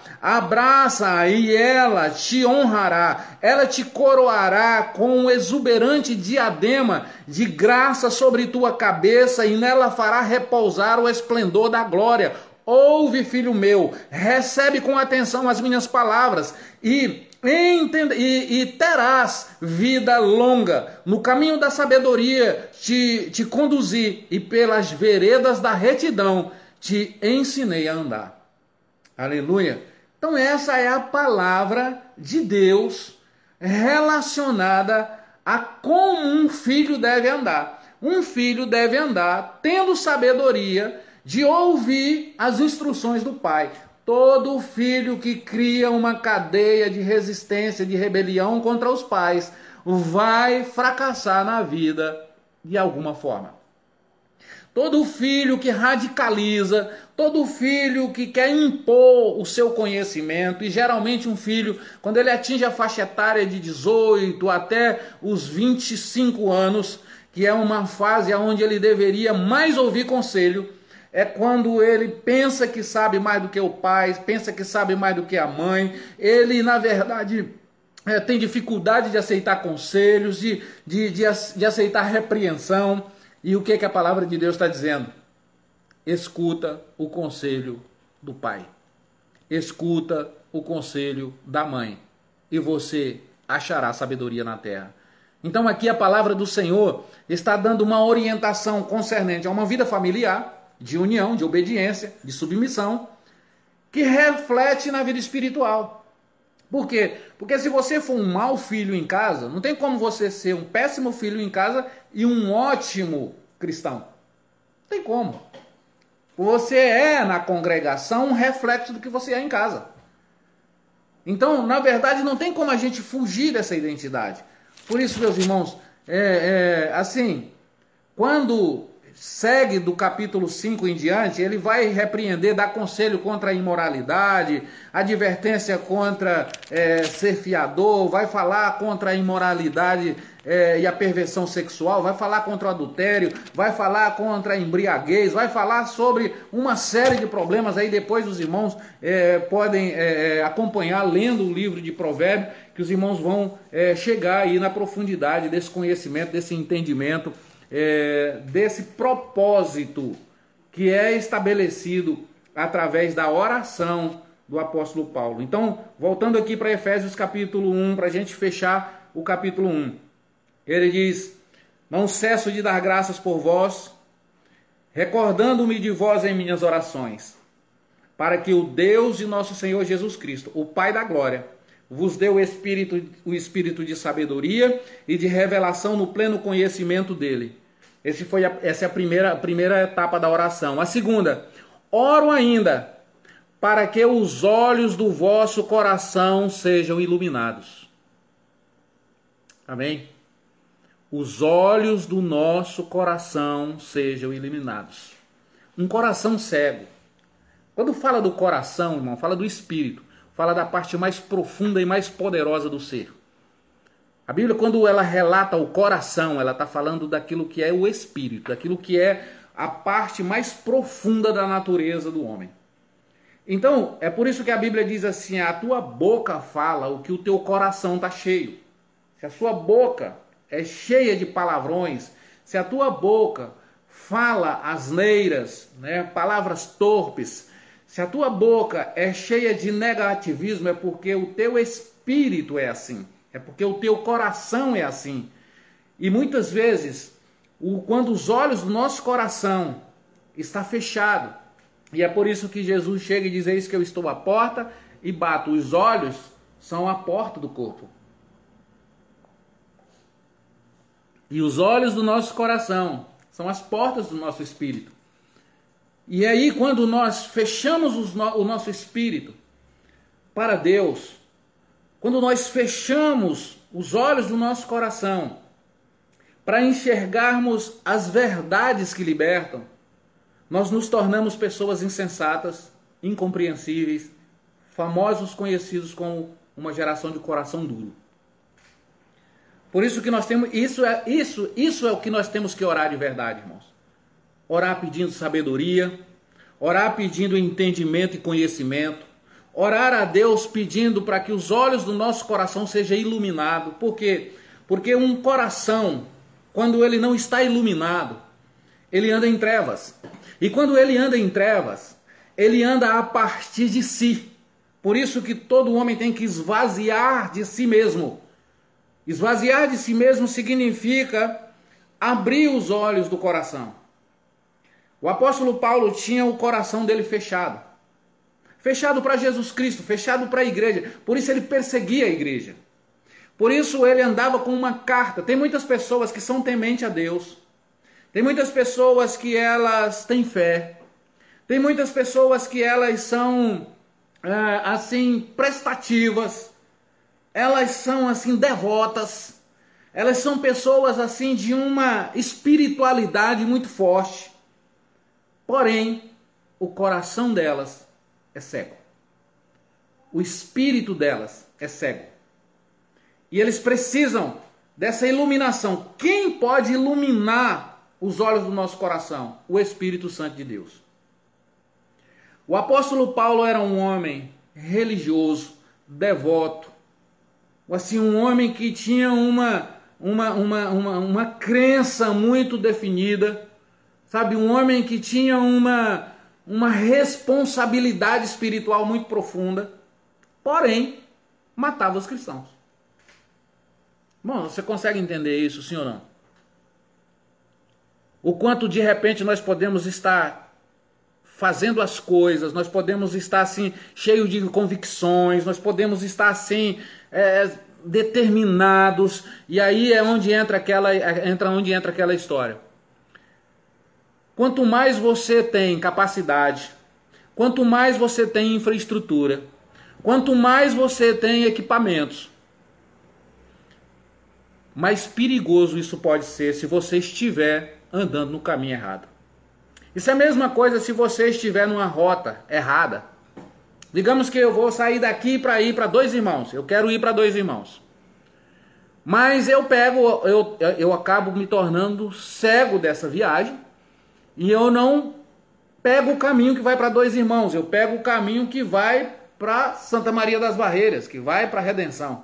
Abraça e ela te honrará. Ela te coroará com um exuberante diadema de graça sobre tua cabeça e nela fará repousar o esplendor da glória. Ouve, filho meu, recebe com atenção as minhas palavras e, entenda, e, e terás vida longa. No caminho da sabedoria te, te conduzi e pelas veredas da retidão te ensinei a andar. Aleluia. Então essa é a palavra de Deus relacionada a como um filho deve andar. Um filho deve andar tendo sabedoria de ouvir as instruções do pai. Todo filho que cria uma cadeia de resistência, de rebelião contra os pais, vai fracassar na vida de alguma forma. Todo filho que radicaliza, todo filho que quer impor o seu conhecimento, e geralmente um filho, quando ele atinge a faixa etária de dezoito até os vinte e cinco anos, que é uma fase onde ele deveria mais ouvir conselho, é quando ele pensa que sabe mais do que o pai, pensa que sabe mais do que a mãe, ele na verdade é, tem dificuldade de aceitar conselhos, de, de, de, de aceitar repreensão. E o que, que a palavra de Deus está dizendo? Escuta o conselho do pai. Escuta o conselho da mãe. E você achará sabedoria na terra. Então aqui a palavra do Senhor está dando uma orientação concernente a uma vida familiar, de união, de obediência, de submissão, que reflete na vida espiritual. Por quê? Porque se você for um mau filho em casa, não tem como você ser um péssimo filho em casa e um ótimo cristão. Não tem como. Você é na congregação um reflexo do que você é em casa. Então, na verdade, não tem como a gente fugir dessa identidade. Por isso, meus irmãos, é, é, assim, quando segue do capítulo cinco em diante, ele vai repreender, dar conselho contra a imoralidade, advertência contra é, ser fiador, vai falar contra a imoralidade é, e a perversão sexual, vai falar contra o adultério, vai falar contra a embriaguez, vai falar sobre uma série de problemas. Aí depois os irmãos é, podem é, acompanhar lendo o livro de Provérbios, que os irmãos vão é, chegar aí na profundidade desse conhecimento, desse entendimento, É, desse propósito que é estabelecido através da oração do apóstolo Paulo. Então, voltando aqui para Efésios capítulo um, para a gente fechar o capítulo um. Ele diz: não cesso de dar graças por vós, recordando-me de vós em minhas orações, para que o Deus de nosso Senhor Jesus Cristo, o Pai da glória, vos dê o espírito, o espírito de sabedoria e de revelação no pleno conhecimento dele. Esse foi a, essa é a primeira, a primeira etapa da oração. A segunda: oro ainda para que os olhos do vosso coração sejam iluminados. Amém? Os olhos do nosso coração sejam iluminados. Um coração cego. Quando fala do coração, irmão, fala do espírito. Fala da parte mais profunda e mais poderosa do ser. A Bíblia, quando ela relata o coração, ela está falando daquilo que é o espírito, daquilo que é a parte mais profunda da natureza do homem. Então, é por isso que a Bíblia diz assim: a tua boca fala o que o teu coração está cheio. Se a sua boca é cheia de palavrões, se a tua boca fala asneiras, né, palavras torpes, se a tua boca é cheia de negativismo, é porque o teu espírito é assim. É porque o teu coração é assim. E muitas vezes, o, quando os olhos do nosso coração está fechado, e é por isso que Jesus chega e diz: eis que eu estou à porta e bato. Os olhos são a porta do corpo. E os olhos do nosso coração são as portas do nosso espírito. E aí, quando nós fechamos os no, o nosso espírito para Deus, quando nós fechamos os olhos do nosso coração para enxergarmos as verdades que libertam, nós nos tornamos pessoas insensatas, incompreensíveis, famosos, conhecidos como uma geração de coração duro. Por isso que nós temos, isso é, isso, isso é o que nós temos que orar de verdade, irmãos. Orar pedindo sabedoria, orar pedindo entendimento e conhecimento, orar a Deus pedindo para que os olhos do nosso coração sejam iluminados. Por quê? Porque um coração, quando ele não está iluminado, ele anda em trevas. E quando ele anda em trevas, ele anda a partir de si. Por isso que todo homem tem que esvaziar de si mesmo. Esvaziar de si mesmo significa abrir os olhos do coração. O apóstolo Paulo tinha o coração dele fechado. Fechado para Jesus Cristo, fechado para a igreja. Por isso ele perseguia a igreja. Por isso ele andava com uma carta. Tem muitas pessoas que são tementes a Deus. Tem muitas pessoas que elas têm fé. Tem muitas pessoas que elas são é, assim prestativas. Elas são assim devotas. Elas são pessoas assim de uma espiritualidade muito forte. Porém, o coração delas é cego. O espírito delas é cego. E eles precisam dessa iluminação. Quem pode iluminar os olhos do nosso coração? O Espírito Santo de Deus. O apóstolo Paulo era um homem religioso, devoto, assim, um homem que tinha uma, uma, uma, uma, uma crença muito definida, sabe, um homem que tinha uma, uma responsabilidade espiritual muito profunda, porém, matava os cristãos. Bom, você consegue entender isso, sim ou não? O quanto de repente nós podemos estar fazendo as coisas, nós podemos estar assim, cheio de convicções, nós podemos estar assim, é, determinados, e aí é onde entra aquela, entra onde entra aquela história. Quanto mais você tem capacidade, quanto mais você tem infraestrutura, quanto mais você tem equipamentos, mais perigoso isso pode ser se você estiver andando no caminho errado. Isso é a mesma coisa se você estiver numa rota errada. Digamos que eu vou sair daqui para ir para Dois Irmãos. Eu quero ir para Dois Irmãos. Mas eu pego, eu, eu acabo me tornando cego dessa viagem e eu não pego o caminho que vai para Dois Irmãos. Eu pego o caminho que vai para Santa Maria das Barreiras, que vai para a Redenção.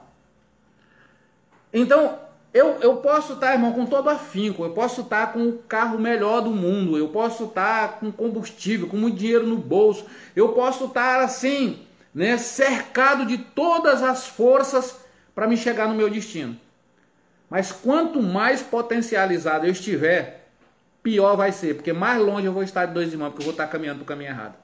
Então, Eu, eu posso estar, irmão, com todo afinco, eu posso estar com o carro melhor do mundo, eu posso estar com combustível, com muito dinheiro no bolso, eu posso estar assim, né, cercado de todas as forças para me chegar no meu destino. Mas quanto mais potencializado eu estiver, pior vai ser, porque mais longe eu vou estar de Dois Irmãos, porque eu vou estar caminhando para o caminho errado.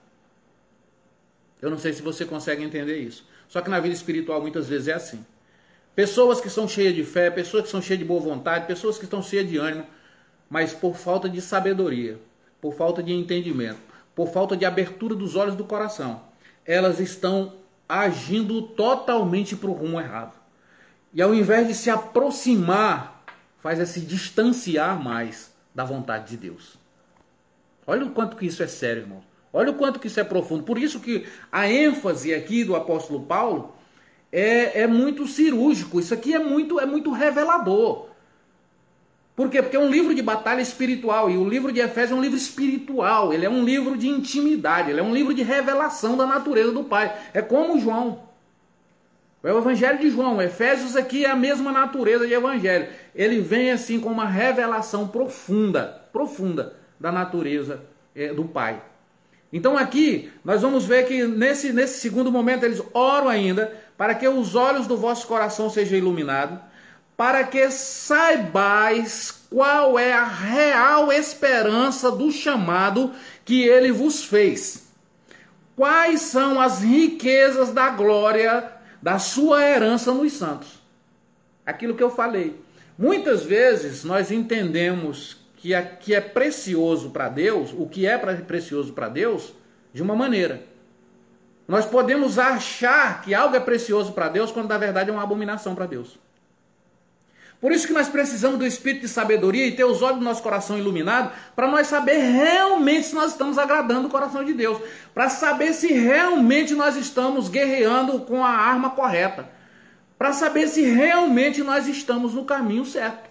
Eu não sei se você consegue entender isso. Só que na vida espiritual muitas vezes é assim. Pessoas que são cheias de fé, pessoas que são cheias de boa vontade, pessoas que estão cheias de ânimo, mas por falta de sabedoria, por falta de entendimento, por falta de abertura dos olhos do coração, elas estão agindo totalmente para o rumo errado. E ao invés de se aproximar, faz é se distanciar mais da vontade de Deus. Olha o quanto que isso é sério, irmão. Olha o quanto que isso é profundo. Por isso que a ênfase aqui do apóstolo Paulo É, é muito cirúrgico, isso aqui é muito, é muito revelador. Por quê? Porque é um livro de batalha espiritual, e o livro de Efésios é um livro espiritual, ele é um livro de intimidade, ele é um livro de revelação da natureza do Pai. É como João, é o Evangelho de João. Efésios aqui é a mesma natureza de Evangelho, ele vem assim com uma revelação profunda, profunda da natureza é, do Pai. Então aqui nós vamos ver que nesse, nesse segundo momento eles oram ainda para que os olhos do vosso coração sejam iluminados, para que saibais qual é a real esperança do chamado que ele vos fez. Quais são as riquezas da glória da sua herança nos santos. Aquilo que eu falei. Muitas vezes nós entendemos que é, que é precioso para Deus, o que é precioso para Deus, de uma maneira. Nós podemos achar que algo é precioso para Deus, quando na verdade é uma abominação para Deus. Por isso que nós precisamos do espírito de sabedoria e ter os olhos do nosso coração iluminados, para nós saber realmente se nós estamos agradando o coração de Deus, para saber se realmente nós estamos guerreando com a arma correta, para saber se realmente nós estamos no caminho certo.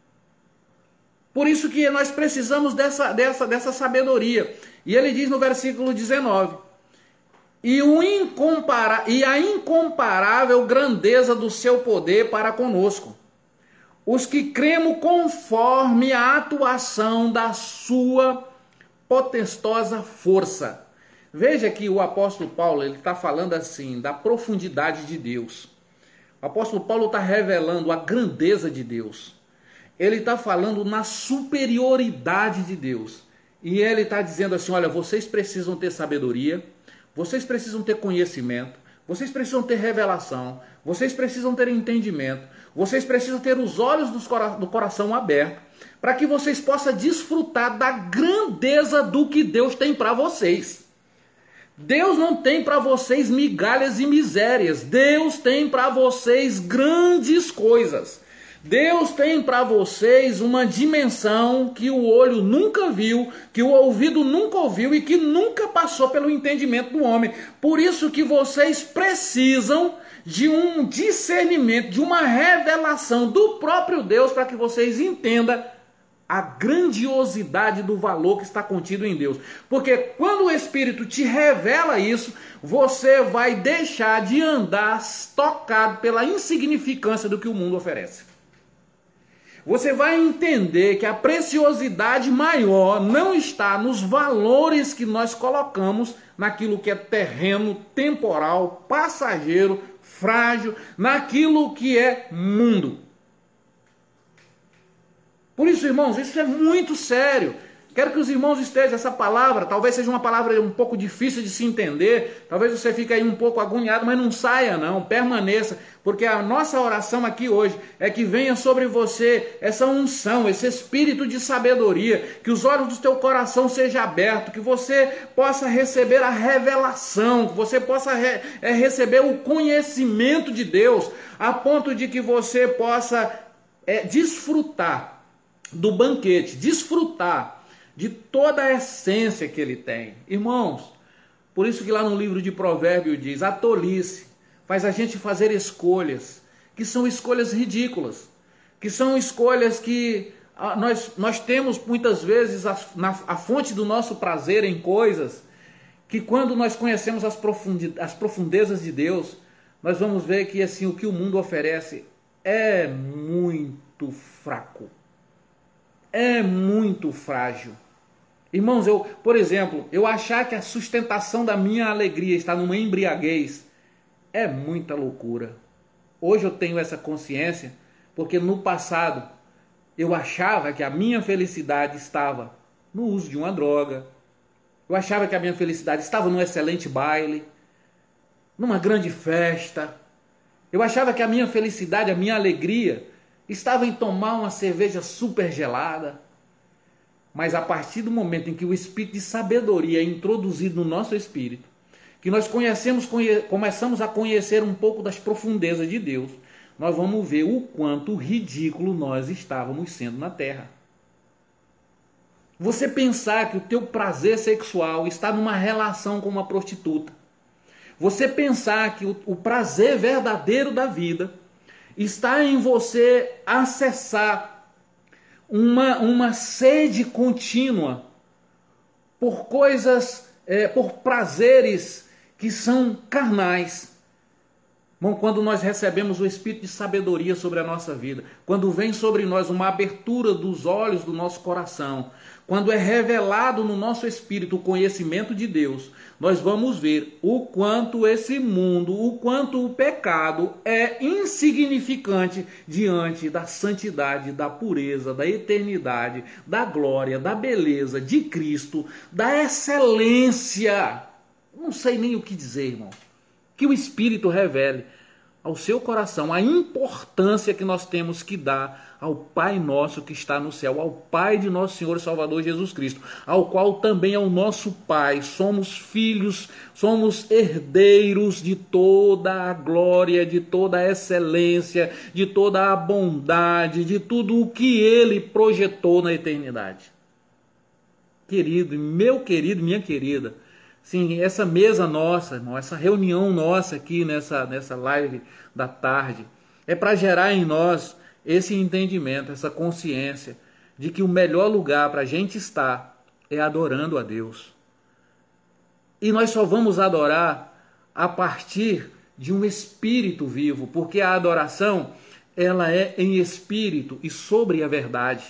Por isso que nós precisamos dessa, dessa, dessa sabedoria. E ele diz no versículo dezenove, e, o incompara, e a incomparável grandeza do seu poder para conosco, os que cremos conforme a atuação da sua potentosa força. Veja que o apóstolo Paulo ele está falando assim da profundidade de Deus. O apóstolo Paulo está revelando a grandeza de Deus. Ele está falando na superioridade de Deus. E ele está dizendo assim, olha, vocês precisam ter sabedoria, vocês precisam ter conhecimento, vocês precisam ter revelação, vocês precisam ter entendimento, vocês precisam ter os olhos do coração abertos, para que vocês possam desfrutar da grandeza do que Deus tem para vocês. Deus não tem para vocês migalhas e misérias, Deus tem para vocês grandes coisas. Deus tem para vocês uma dimensão que o olho nunca viu, que o ouvido nunca ouviu e que nunca passou pelo entendimento do homem. Por isso que vocês precisam de um discernimento, de uma revelação do próprio Deus para que vocês entendam a grandiosidade do valor que está contido em Deus. Porque quando o Espírito te revela isso, você vai deixar de andar tocado pela insignificância do que o mundo oferece. Você vai entender que a preciosidade maior não está nos valores que nós colocamos naquilo que é terreno, temporal, passageiro, frágil, naquilo que é mundo. Por isso, irmãos, isso é muito sério. Quero que os irmãos estejam, essa palavra, talvez seja uma palavra um pouco difícil de se entender, talvez você fique aí um pouco agoniado, mas não saia não, permaneça, porque a nossa oração aqui hoje é que venha sobre você essa unção, esse espírito de sabedoria, que os olhos do teu coração sejam abertos, que você possa receber a revelação, que você possa re, é, receber o conhecimento de Deus, a ponto de que você possa é, desfrutar do banquete, desfrutar de toda a essência que ele tem. Irmãos, por isso que lá no livro de Provérbios diz, a tolice faz a gente fazer escolhas, que são escolhas ridículas, que são escolhas que ah, nós, nós temos muitas vezes a, na, a fonte do nosso prazer em coisas, que quando nós conhecemos as, profundi, as profundezas de Deus, nós vamos ver que assim, o que o mundo oferece é muito fraco. É muito frágil. Irmãos, eu, por exemplo, eu achar que a sustentação da minha alegria está numa embriaguez é muita loucura. Hoje eu tenho essa consciência porque no passado eu achava que a minha felicidade estava no uso de uma droga. Eu achava que a minha felicidade estava num excelente baile, numa grande festa. Eu achava que a minha felicidade, a minha alegria estava em tomar uma cerveja super gelada. Mas a partir do momento em que o espírito de sabedoria é introduzido no nosso espírito, que nós conhecemos, conhe, começamos a conhecer um pouco das profundezas de Deus, nós vamos ver o quanto ridículo nós estávamos sendo na terra. Você pensar que o teu prazer sexual está numa relação com uma prostituta. Você pensar que o, o prazer verdadeiro da vida está em você acessar uma, uma sede contínua por coisas, é, por prazeres que são carnais. Bom, quando nós recebemos o Espírito de sabedoria sobre a nossa vida, quando vem sobre nós uma abertura dos olhos do nosso coração, quando é revelado no nosso espírito o conhecimento de Deus, nós vamos ver o quanto esse mundo, o quanto o pecado é insignificante diante da santidade, da pureza, da eternidade, da glória, da beleza de Cristo, da excelência. Não sei nem o que dizer, irmão. Que o Espírito revele ao seu coração a importância que nós temos que dar ao Pai nosso que está no céu, ao Pai de nosso Senhor e Salvador Jesus Cristo, ao qual também é o nosso Pai. Somos filhos, somos herdeiros de toda a glória, de toda a excelência, de toda a bondade, de tudo o que Ele projetou na eternidade. Querido, meu querido, minha querida, sim, essa mesa nossa, irmão, essa reunião nossa aqui nessa, nessa live da tarde, é para gerar em nós esse entendimento, essa consciência de que o melhor lugar para a gente estar é adorando a Deus. E nós só vamos adorar a partir de um espírito vivo, porque a adoração, ela é em espírito e sobre a verdade.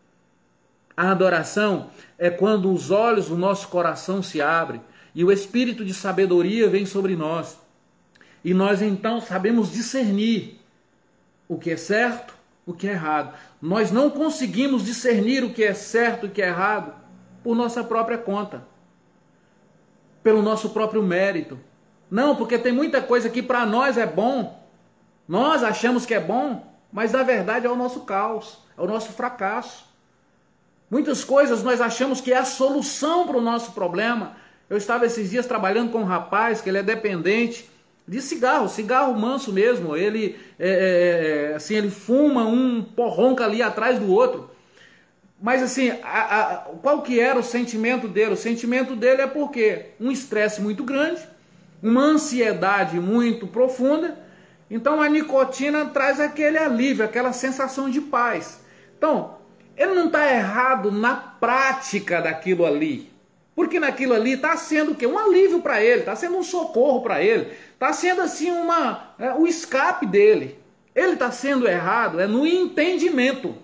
A adoração é quando os olhos do nosso coração se abrem e o espírito de sabedoria vem sobre nós. E nós então sabemos discernir o que é certo, o que é errado. Nós não conseguimos discernir o que é certo e o que é errado por nossa própria conta, pelo nosso próprio mérito. Não, porque tem muita coisa que para nós é bom, nós achamos que é bom, mas na verdade é o nosso caos, é o nosso fracasso. Muitas coisas nós achamos que é a solução para o nosso problema. Eu estava esses dias trabalhando com um rapaz que ele é dependente de cigarro, cigarro manso mesmo. Ele, é, é, assim, ele fuma um porronca ali atrás do outro. Mas assim, a, a, qual que era o sentimento dele? O sentimento dele é porque um estresse muito grande, uma ansiedade muito profunda. Então a nicotina traz aquele alívio, aquela sensação de paz. Então, ele não está errado na prática daquilo ali. Porque naquilo ali está sendo o quê? Um alívio para ele, está sendo um socorro para ele, está sendo assim uma, é, o escape dele. Ele está sendo errado é no entendimento.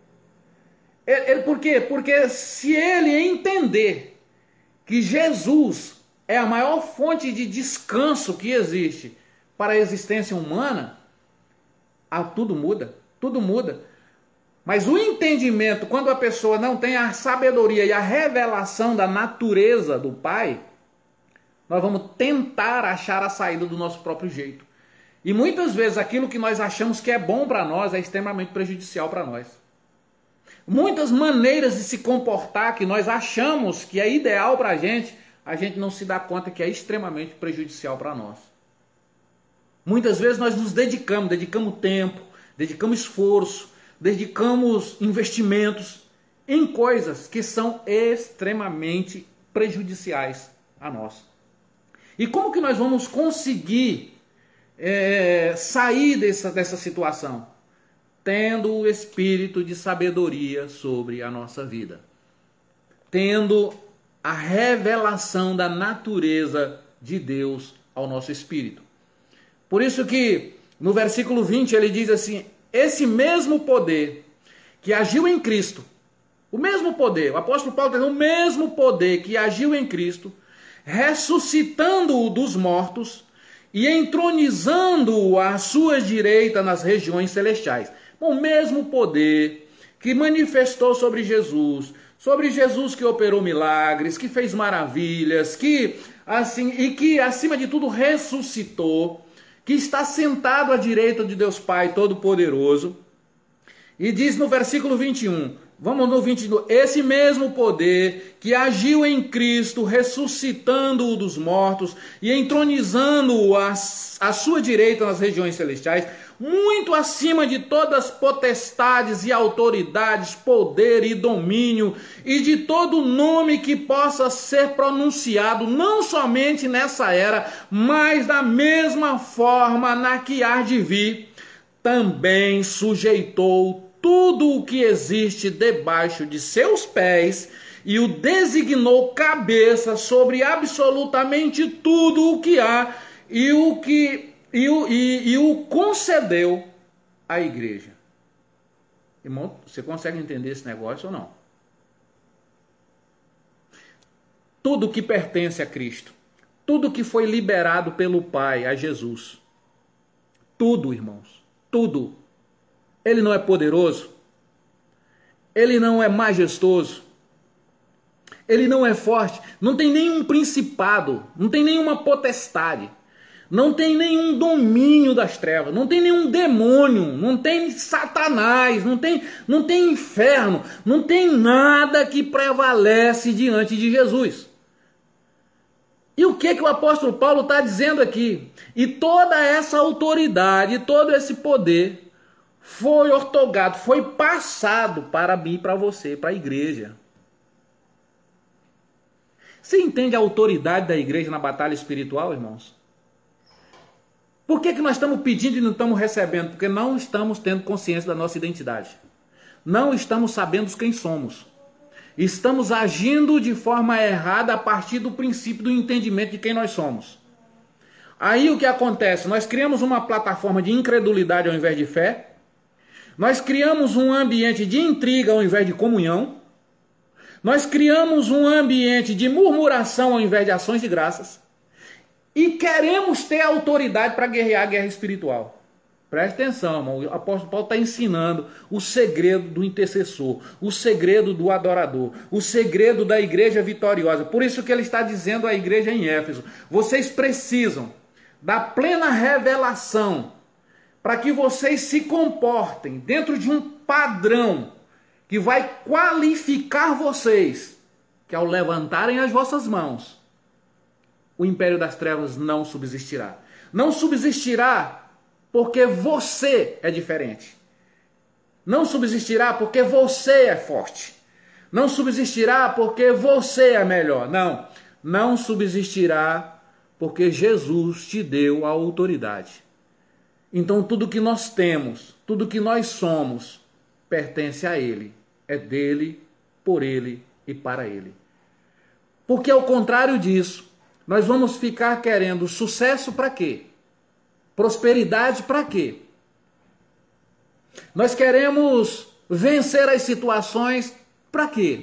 Ele, ele, por quê? Porque se ele entender que Jesus é a maior fonte de descanso que existe para a existência humana, ah, tudo muda, tudo muda. Mas o entendimento, quando a pessoa não tem a sabedoria e a revelação da natureza do Pai, nós vamos tentar achar a saída do nosso próprio jeito. E muitas vezes aquilo que nós achamos que é bom para nós é extremamente prejudicial para nós. Muitas maneiras de se comportar que nós achamos que é ideal para a gente, a gente não se dá conta que é extremamente prejudicial para nós. Muitas vezes nós nos dedicamos, dedicamos tempo, dedicamos esforço, dedicamos investimentos em coisas que são extremamente prejudiciais a nós. E como que nós vamos conseguir é, sair dessa, dessa situação? Tendo o espírito de sabedoria sobre a nossa vida. Tendo a revelação da natureza de Deus ao nosso espírito. Por isso que no versículo vinte ele diz assim: esse mesmo poder que agiu em Cristo, o mesmo poder, o apóstolo Paulo está dizendo, o mesmo poder que agiu em Cristo, ressuscitando-o dos mortos e entronizando-o à sua direita nas regiões celestiais. O mesmo poder que manifestou sobre Jesus, sobre Jesus que operou milagres, que fez maravilhas, que assim e que acima de tudo ressuscitou, que está sentado à direita de Deus Pai Todo-Poderoso, e diz no versículo vinte e um, vamos no vinte e dois, esse mesmo poder que agiu em Cristo, ressuscitando-o dos mortos e entronizando-o à, à sua direita nas regiões celestiais, muito acima de todas as potestades e autoridades, poder e domínio, e de todo nome que possa ser pronunciado, não somente nessa era, mas da mesma forma na que há de vir, também sujeitou tudo o que existe debaixo de seus pés, e o designou cabeça sobre absolutamente tudo o que há, e o que... E o, e, e o concedeu à igreja. Irmão, você consegue entender esse negócio ou não? Tudo que pertence a Cristo, tudo que foi liberado pelo Pai a Jesus, tudo, irmãos, tudo. Ele não é poderoso, ele não é majestoso, ele não é forte, não tem nenhum principado, não tem nenhuma potestade. Não tem nenhum domínio das trevas, não tem nenhum demônio, não tem Satanás, não tem, não tem inferno, não tem nada que prevalece diante de Jesus. E o que, que o apóstolo Paulo está dizendo aqui? E toda essa autoridade, todo esse poder foi ortogado, foi passado para mim, para você, para a igreja. Você entende a autoridade da igreja na batalha espiritual, irmãos? Por que que nós estamos pedindo e não estamos recebendo? Porque não estamos tendo consciência da nossa identidade. Não estamos sabendo quem somos. Estamos agindo de forma errada a partir do princípio do entendimento de quem nós somos. Aí o que acontece? Nós criamos uma plataforma de incredulidade ao invés de fé. Nós criamos um ambiente de intriga ao invés de comunhão. Nós criamos um ambiente de murmuração ao invés de ações de graças. E queremos ter autoridade para guerrear a guerra espiritual. Preste atenção, irmão. O apóstolo Paulo está ensinando o segredo do intercessor, o segredo do adorador, o segredo da igreja vitoriosa. Por isso que ele está dizendo à igreja em Éfeso: vocês precisam da plena revelação para que vocês se comportem dentro de um padrão que vai qualificar vocês, que ao levantarem as vossas mãos, o império das trevas não subsistirá. Não subsistirá porque você é diferente. Não subsistirá porque você é forte. Não subsistirá porque você é melhor. Não. Não subsistirá porque Jesus te deu a autoridade. Então tudo que nós temos, tudo que nós somos, pertence a Ele. É dele, por Ele e para Ele. Porque ao contrário disso, nós vamos ficar querendo sucesso para quê? Prosperidade para quê? Nós queremos vencer as situações para quê?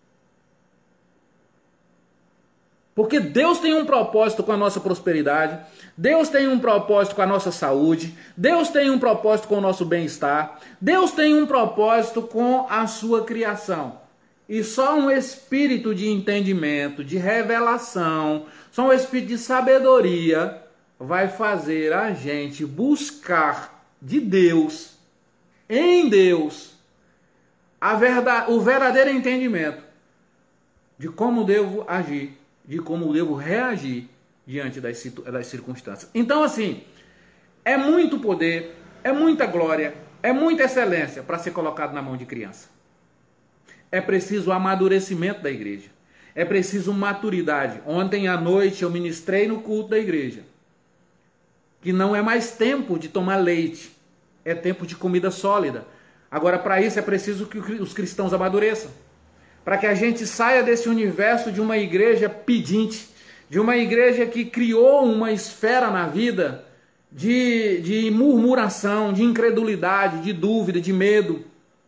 Porque Deus tem um propósito com a nossa prosperidade, Deus tem um propósito com a nossa saúde, Deus tem um propósito com o nosso bem-estar, Deus tem um propósito com a sua criação. E só um espírito de entendimento, de revelação, só um espírito de sabedoria vai fazer a gente buscar de Deus, em Deus, a verdade, o verdadeiro entendimento de como devo agir, de como devo reagir diante das, das circunstâncias. Então, assim, é muito poder, é muita glória, é muita excelência para ser colocado na mão de criança. É preciso amadurecimento da igreja. É preciso maturidade. Ontem à noite eu ministrei no culto da igreja que não é mais tempo de tomar leite, é tempo de comida sólida. Agora, para isso é preciso que os cristãos amadureçam, para que a gente saia desse universo de uma igreja pedinte, de uma igreja que criou uma esfera na vida de, de murmuração, de incredulidade, de dúvida, de medo.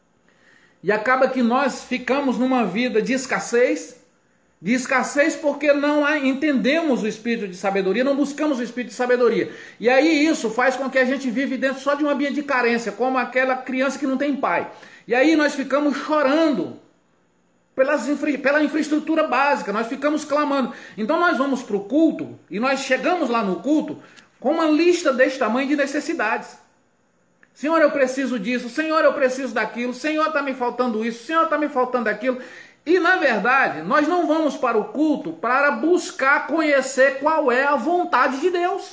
E acaba que nós ficamos numa vida de escassez, de escassez porque não entendemos o espírito de sabedoria, não buscamos o espírito de sabedoria. E aí isso faz com que a gente vive dentro só de um ambiente de carência, como aquela criança que não tem pai. E aí nós ficamos chorando pelas infra, pela infraestrutura básica, nós ficamos clamando. Então nós vamos para o culto e nós chegamos lá no culto com uma lista desse tamanho de necessidades. Senhor, eu preciso disso. Senhor, eu preciso daquilo. Senhor, está me faltando isso. Senhor, está me faltando aquilo. E, na verdade, nós não vamos para o culto para buscar conhecer qual é a vontade de Deus.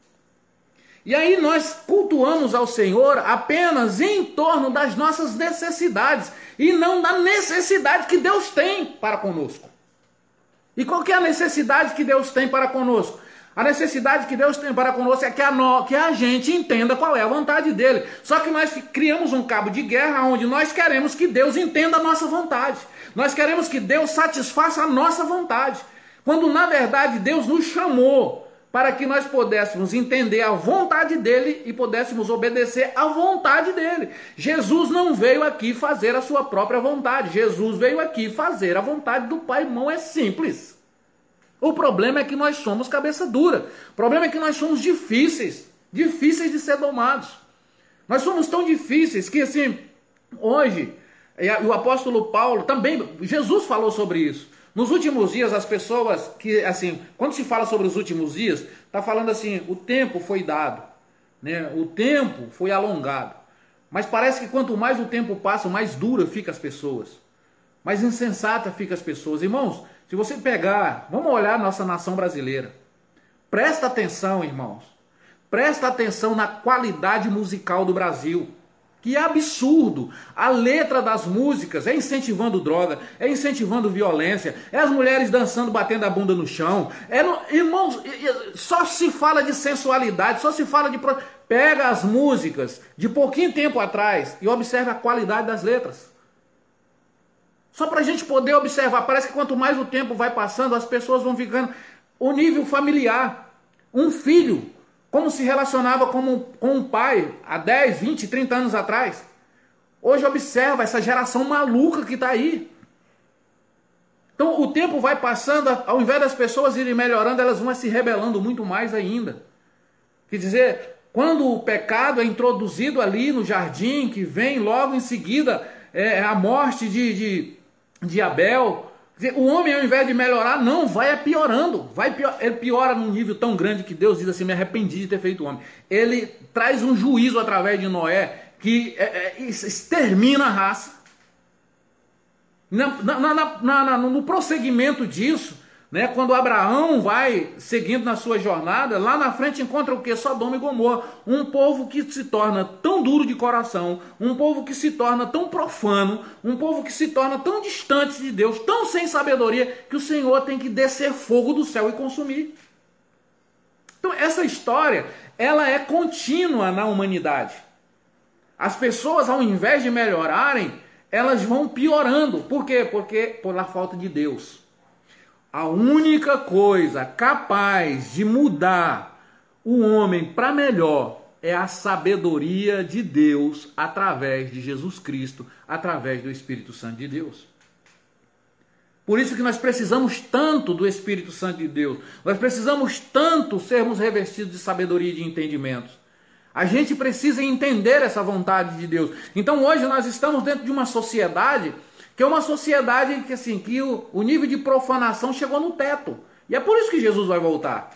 E aí nós cultuamos ao Senhor apenas em torno das nossas necessidades e não da necessidade que Deus tem para conosco. E qual que é a necessidade que Deus tem para conosco? A necessidade que Deus tem para conosco é que a, no, que a gente entenda qual é a vontade dele. Só que nós criamos um cabo de guerra onde nós queremos que Deus entenda a nossa vontade. Nós queremos que Deus satisfaça a nossa vontade. Quando na verdade Deus nos chamou para que nós pudéssemos entender a vontade dele e pudéssemos obedecer à vontade dele. Jesus não veio aqui fazer a sua própria vontade. Jesus veio aqui fazer a vontade do Pai. Irmão, é simples. O problema é que nós somos cabeça dura. O problema é que nós somos difíceis. Difíceis de ser domados. Nós somos tão difíceis que, assim, hoje, o apóstolo Paulo também, Jesus falou sobre isso. Nos últimos dias, as pessoas que, assim, quando se fala sobre os últimos dias, está falando assim, o tempo foi dado, né? O tempo foi alongado. Mas parece que quanto mais o tempo passa, mais dura fica as pessoas. Mais insensata fica as pessoas. Irmãos, se você pegar, vamos olhar a nossa nação brasileira. Presta atenção, irmãos. Presta atenção na qualidade musical do Brasil. Que absurdo! A letra das músicas é incentivando droga, é incentivando violência, é as mulheres dançando, batendo a bunda no chão. É no... Irmãos, só se fala de sensualidade, só se fala de... Pega as músicas de pouquinho tempo atrás e observa a qualidade das letras. Só para a gente poder observar, parece que quanto mais o tempo vai passando, as pessoas vão ficando... O nível familiar, um filho... Como se relacionava com, com um pai há dez, vinte, trinta anos atrás. Hoje observa essa geração maluca que está aí. Então o tempo vai passando, ao invés das pessoas irem melhorando, elas vão se rebelando muito mais ainda. Quer dizer, Quando o pecado é introduzido ali no jardim, que vem logo em seguida é, a morte de, de, de Abel, o homem, ao invés de melhorar, não, vai piorando. Vai pior, ele piora num nível tão grande que Deus diz assim: me arrependi de ter feito o homem. Ele traz um juízo através de Noé que é, é, extermina a raça. Na, na, na, na, no prosseguimento disso, né, quando Abraão vai seguindo na sua jornada, lá na frente encontra o que? Sodoma e Gomorra. Um povo que se torna tão duro de coração, um povo que se torna tão profano, um povo que se torna tão distante de Deus, tão sem sabedoria, que o Senhor tem que descer fogo do céu e consumir. Então essa história, ela é contínua na humanidade. As pessoas, ao invés de melhorarem, elas vão piorando. Por quê? Porque pela falta de Deus. A única coisa capaz de mudar o homem para melhor é a sabedoria de Deus através de Jesus Cristo, através do Espírito Santo de Deus. Por isso que nós precisamos tanto do Espírito Santo de Deus. Nós precisamos tanto sermos revestidos de sabedoria e de entendimento. A gente precisa entender essa vontade de Deus. Então hoje nós estamos dentro de uma sociedade que é uma sociedade que, assim, que o, o nível de profanação chegou no teto. E é por isso que Jesus vai voltar.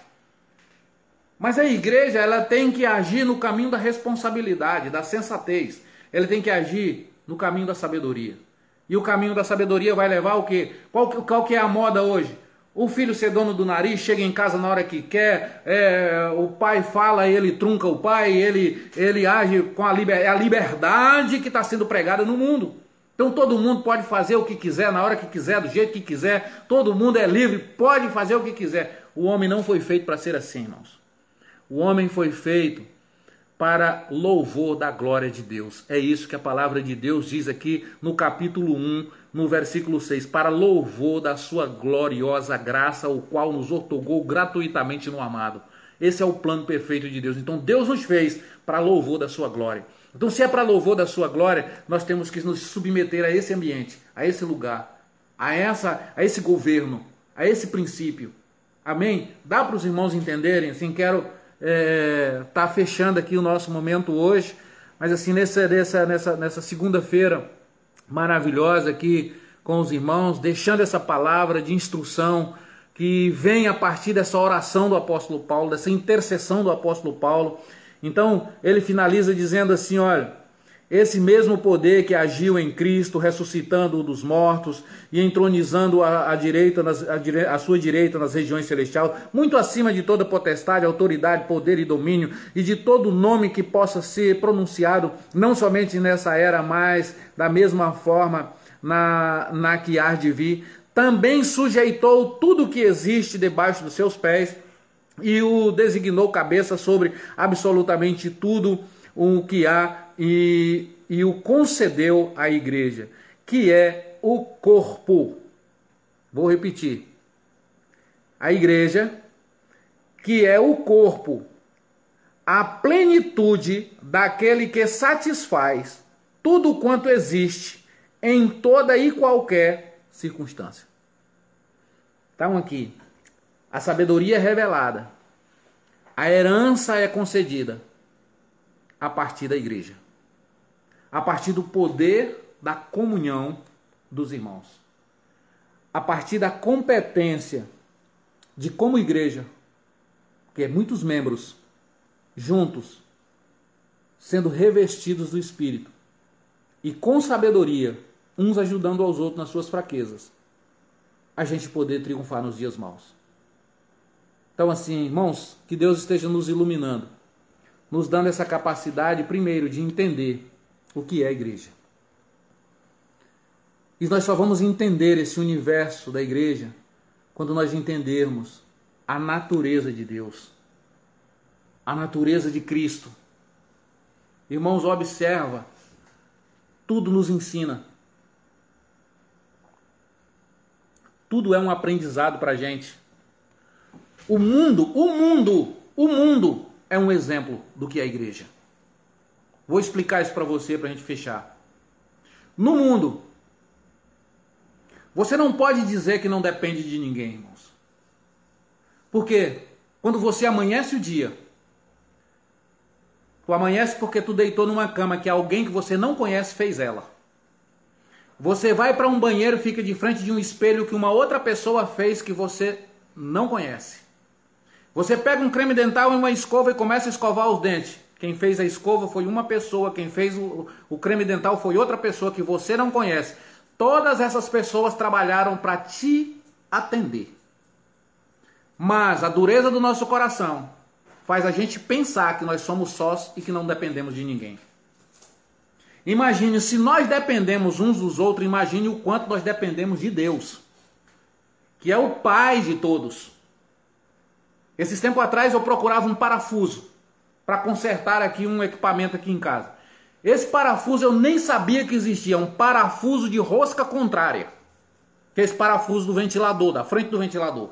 Mas a igreja, ela tem que agir no caminho da responsabilidade, da sensatez. Ela tem que agir no caminho da sabedoria. E o caminho da sabedoria vai levar o quê? Qual, qual que é a moda hoje? O filho ser dono do nariz, chega em casa na hora que quer, é, o pai fala, ele trunca o pai, ele, ele age com a, liber, é a liberdade que está sendo pregada no mundo. Então todo mundo pode fazer o que quiser, na hora que quiser, do jeito que quiser, todo mundo é livre, pode fazer o que quiser. O homem não foi feito para ser assim, irmãos. O homem foi feito para louvor da glória de Deus. É isso que a palavra de Deus diz aqui no capítulo um, no versículo seis, para louvor da sua gloriosa graça, o qual nos outorgou gratuitamente no amado. Esse é o plano perfeito de Deus. Então Deus nos fez para louvor da sua glória. Então se é para louvor da sua glória, nós temos que nos submeter a esse ambiente, a esse lugar, a, essa, a esse governo, a esse princípio. Amém? Dá para os irmãos entenderem? Assim, quero é, tá fechando aqui o nosso momento hoje, mas assim, nessa, nessa, nessa, nessa segunda-feira maravilhosa aqui com os irmãos, deixando essa palavra de instrução que vem a partir dessa oração do apóstolo Paulo, dessa intercessão do apóstolo Paulo. Então ele finaliza dizendo assim, olha, esse mesmo poder que agiu em Cristo, ressuscitando-o dos mortos e entronizando a, a, direita, nas, a, dire, a sua direita nas regiões celestiais, muito acima de toda potestade, autoridade, poder e domínio, e de todo nome que possa ser pronunciado, não somente nessa era, mas da mesma forma na, na que há de vir, também sujeitou tudo que existe debaixo dos seus pés, e o designou cabeça sobre absolutamente tudo o que há e, e o concedeu à igreja, que é o corpo. Vou repetir. A igreja, que é o corpo, a plenitude daquele que satisfaz tudo quanto existe em toda e qualquer circunstância. Então aqui, a sabedoria é revelada, a herança é concedida a partir da igreja, a partir do poder da comunhão dos irmãos, a partir da competência de, como igreja, que é muitos membros juntos, sendo revestidos do Espírito e com sabedoria, uns ajudando aos outros nas suas fraquezas, a gente poder triunfar nos dias maus. Então assim, irmãos, que Deus esteja nos iluminando, nos dando essa capacidade, primeiro, de entender o que é a igreja. E nós só vamos entender esse universo da igreja quando nós entendermos a natureza de Deus, a natureza de Cristo. Irmãos, observa, tudo nos ensina. Tudo é um aprendizado para a gente. O mundo, o mundo, o mundo é um exemplo do que é a igreja. Vou explicar isso para você, para a gente fechar. No mundo, você não pode dizer que não depende de ninguém, irmãos. Porque quando você amanhece o dia, Tu amanhece porque tu deitou numa cama que alguém que você não conhece fez ela. Você vai para um banheiro e fica de frente de um espelho que uma outra pessoa fez que você não conhece. Você pega um creme dental e uma escova e começa a escovar os dentes. Quem fez a escova foi uma pessoa, quem fez o, o creme dental foi outra pessoa que você não conhece. Todas essas pessoas trabalharam para te atender. Mas a dureza do nosso coração faz a gente pensar que nós somos sós e que não dependemos de ninguém. Imagine, se nós dependemos uns dos outros, imagine o quanto nós dependemos de Deus, que é o Pai de todos. Esses tempos atrás eu procurava um parafuso para consertar aqui um equipamento aqui em casa. Esse parafuso eu nem sabia que existia, um parafuso de rosca contrária, que é esse parafuso do ventilador, da frente do ventilador.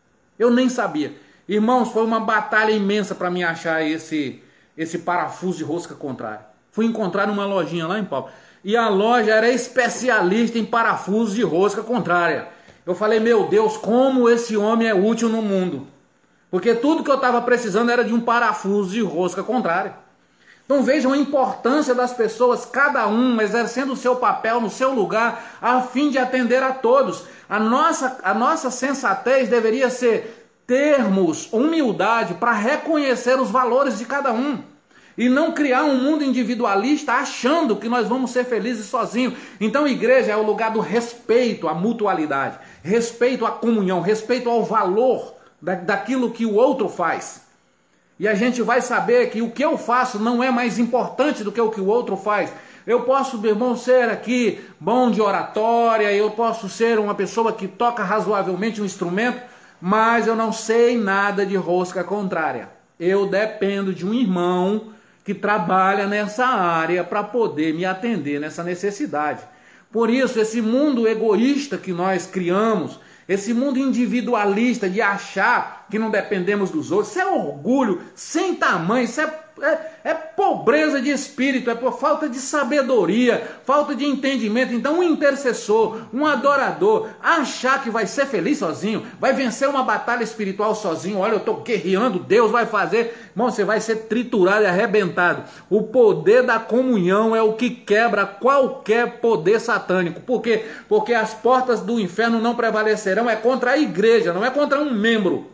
Eu nem sabia. Irmãos, foi uma batalha imensa para mim achar esse, esse parafuso de rosca contrária. Fui encontrar numa lojinha lá em Pau. E a loja era especialista em parafusos de rosca contrária. Eu falei, meu Deus, como esse homem é útil no mundo. Porque tudo que eu estava precisando era de um parafuso de rosca contrária. Então vejam a importância das pessoas, cada um exercendo o seu papel no seu lugar, a fim de atender a todos. A nossa, a nossa sensatez deveria ser termos humildade para reconhecer os valores de cada um. E não criar um mundo individualista achando que nós vamos ser felizes sozinhos. Então igreja é o lugar do respeito à mutualidade, respeito à comunhão, respeito ao valor da, daquilo que o outro faz. E a gente vai saber que o que eu faço não é mais importante do que o que o outro faz. Eu posso, meu irmão, ser aqui bom de oratória, eu posso ser uma pessoa que toca razoavelmente um instrumento, mas eu não sei nada de rosca contrária. Eu dependo de um irmão que trabalha nessa área para poder me atender nessa necessidade. Por isso, esse mundo egoísta que nós criamos, esse mundo individualista de achar que não dependemos dos outros, isso é orgulho sem tamanho, isso é, é, é pobreza de espírito, é por falta de sabedoria, falta de entendimento. Então um intercessor, um adorador, achar que vai ser feliz sozinho, vai vencer uma batalha espiritual sozinho, olha, eu estou guerreando, Deus vai fazer, irmão, você vai ser triturado e arrebentado. O poder da comunhão é o que quebra qualquer poder satânico. Por quê? Porque as portas do inferno não prevalecerão, é contra a igreja, não é contra um membro.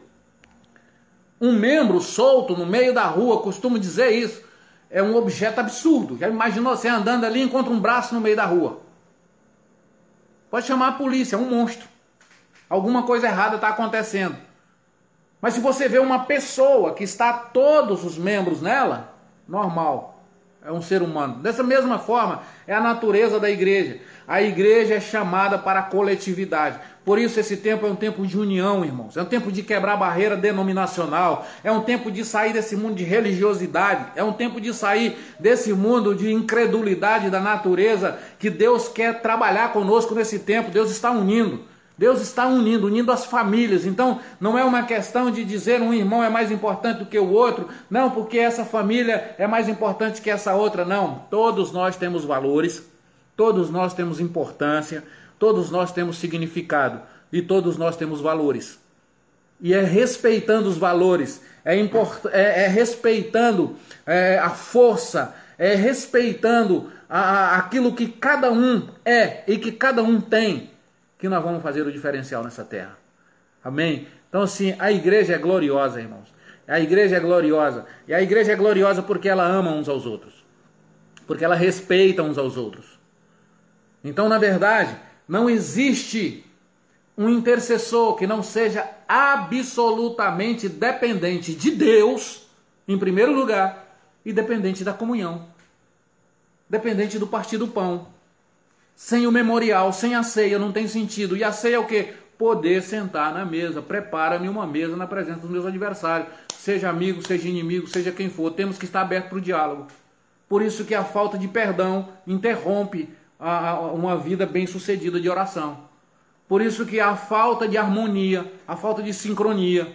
Um membro solto no meio da rua, costumo dizer isso, é um objeto absurdo. Já imaginou você andando ali e encontra um braço no meio da rua? Pode chamar a polícia, é um monstro. Alguma coisa errada está acontecendo. Mas se você vê uma pessoa que está todos os membros nela, normal, é um ser humano. Dessa mesma forma, é a natureza da igreja. A igreja é chamada para a coletividade. Por isso esse tempo é um tempo de união, irmãos. É um tempo de quebrar a barreira denominacional. É um tempo de sair desse mundo de religiosidade. É um tempo de sair desse mundo de incredulidade da natureza que Deus quer trabalhar conosco nesse tempo. Deus está unindo. Deus está unindo, unindo as famílias. Então não é uma questão de dizer um irmão é mais importante do que o outro. Não, porque essa família é mais importante que essa outra. Não, todos nós temos valores. Todos nós temos importância, todos nós temos significado e todos nós temos valores. E é respeitando os valores, é, import, é, é respeitando é, a força, é respeitando a, a, aquilo que cada um é e que cada um tem, que nós vamos fazer o diferencial nessa terra. Amém? Então assim, a igreja é gloriosa, irmãos. A igreja é gloriosa. E a igreja é gloriosa porque ela ama uns aos outros. Porque ela respeita uns aos outros. Então, na verdade, não existe um intercessor que não seja absolutamente dependente de Deus, em primeiro lugar, e dependente da comunhão. Dependente do partir do pão. Sem o memorial, sem a ceia, não tem sentido. E a ceia é o quê? Poder sentar na mesa. Prepara-me uma mesa na presença dos meus adversários. Seja amigo, seja inimigo, seja quem for. Temos que estar abertos para o diálogo. Por isso que a falta de perdão interrompe uma vida bem sucedida de oração. Por isso que a falta de harmonia, a falta de sincronia,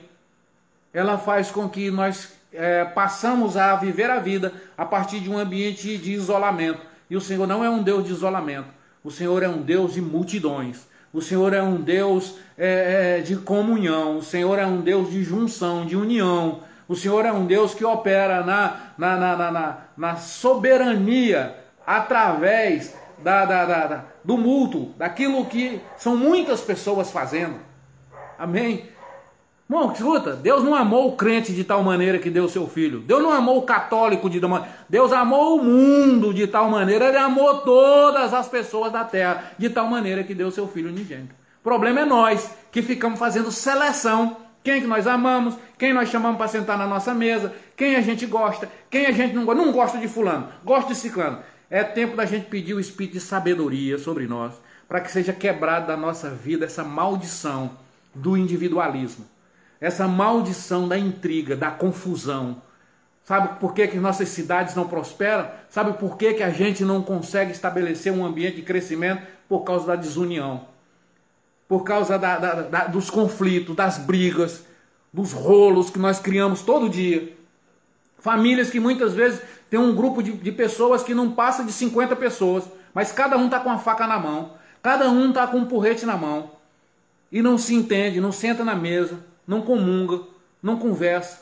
ela faz com que nós é, passamos a viver a vida a partir de um ambiente de isolamento. E o Senhor não é um Deus de isolamento. O Senhor é um Deus de multidões. O Senhor é um Deus é, de comunhão. O Senhor é um Deus de junção, de união. O Senhor é um Deus que opera na, na, na, na, na, na soberania através da, da, da, da, do mútuo, daquilo que são muitas pessoas fazendo. Amém? Bom, escuta, Deus não amou o crente de tal maneira que deu o seu filho. Deus não amou o católico de tal maneira. Deus amou o mundo de tal maneira. Ele amou todas as pessoas da terra de tal maneira que deu o seu filho unigênito. O problema é nós que ficamos fazendo seleção. Quem que nós amamos, quem nós chamamos para sentar na nossa mesa, quem a gente gosta, quem a gente não gosta. Não gosta de fulano, gosta de ciclano. É tempo da gente pedir o espírito de sabedoria sobre nós, para que seja quebrado da nossa vida essa maldição do individualismo. Essa maldição da intriga, da confusão. Sabe por que que nossas cidades não prosperam? Sabe por que que a gente não consegue estabelecer um ambiente de crescimento? Por causa da desunião. Por causa da, da, da, dos conflitos, das brigas, dos rolos que nós criamos todo dia. Famílias que muitas vezes tem um grupo de, de pessoas que não passa de cinquenta pessoas, mas cada um está com a faca na mão, cada um está com um porrete na mão, e não se entende, não senta na mesa, não comunga, não conversa.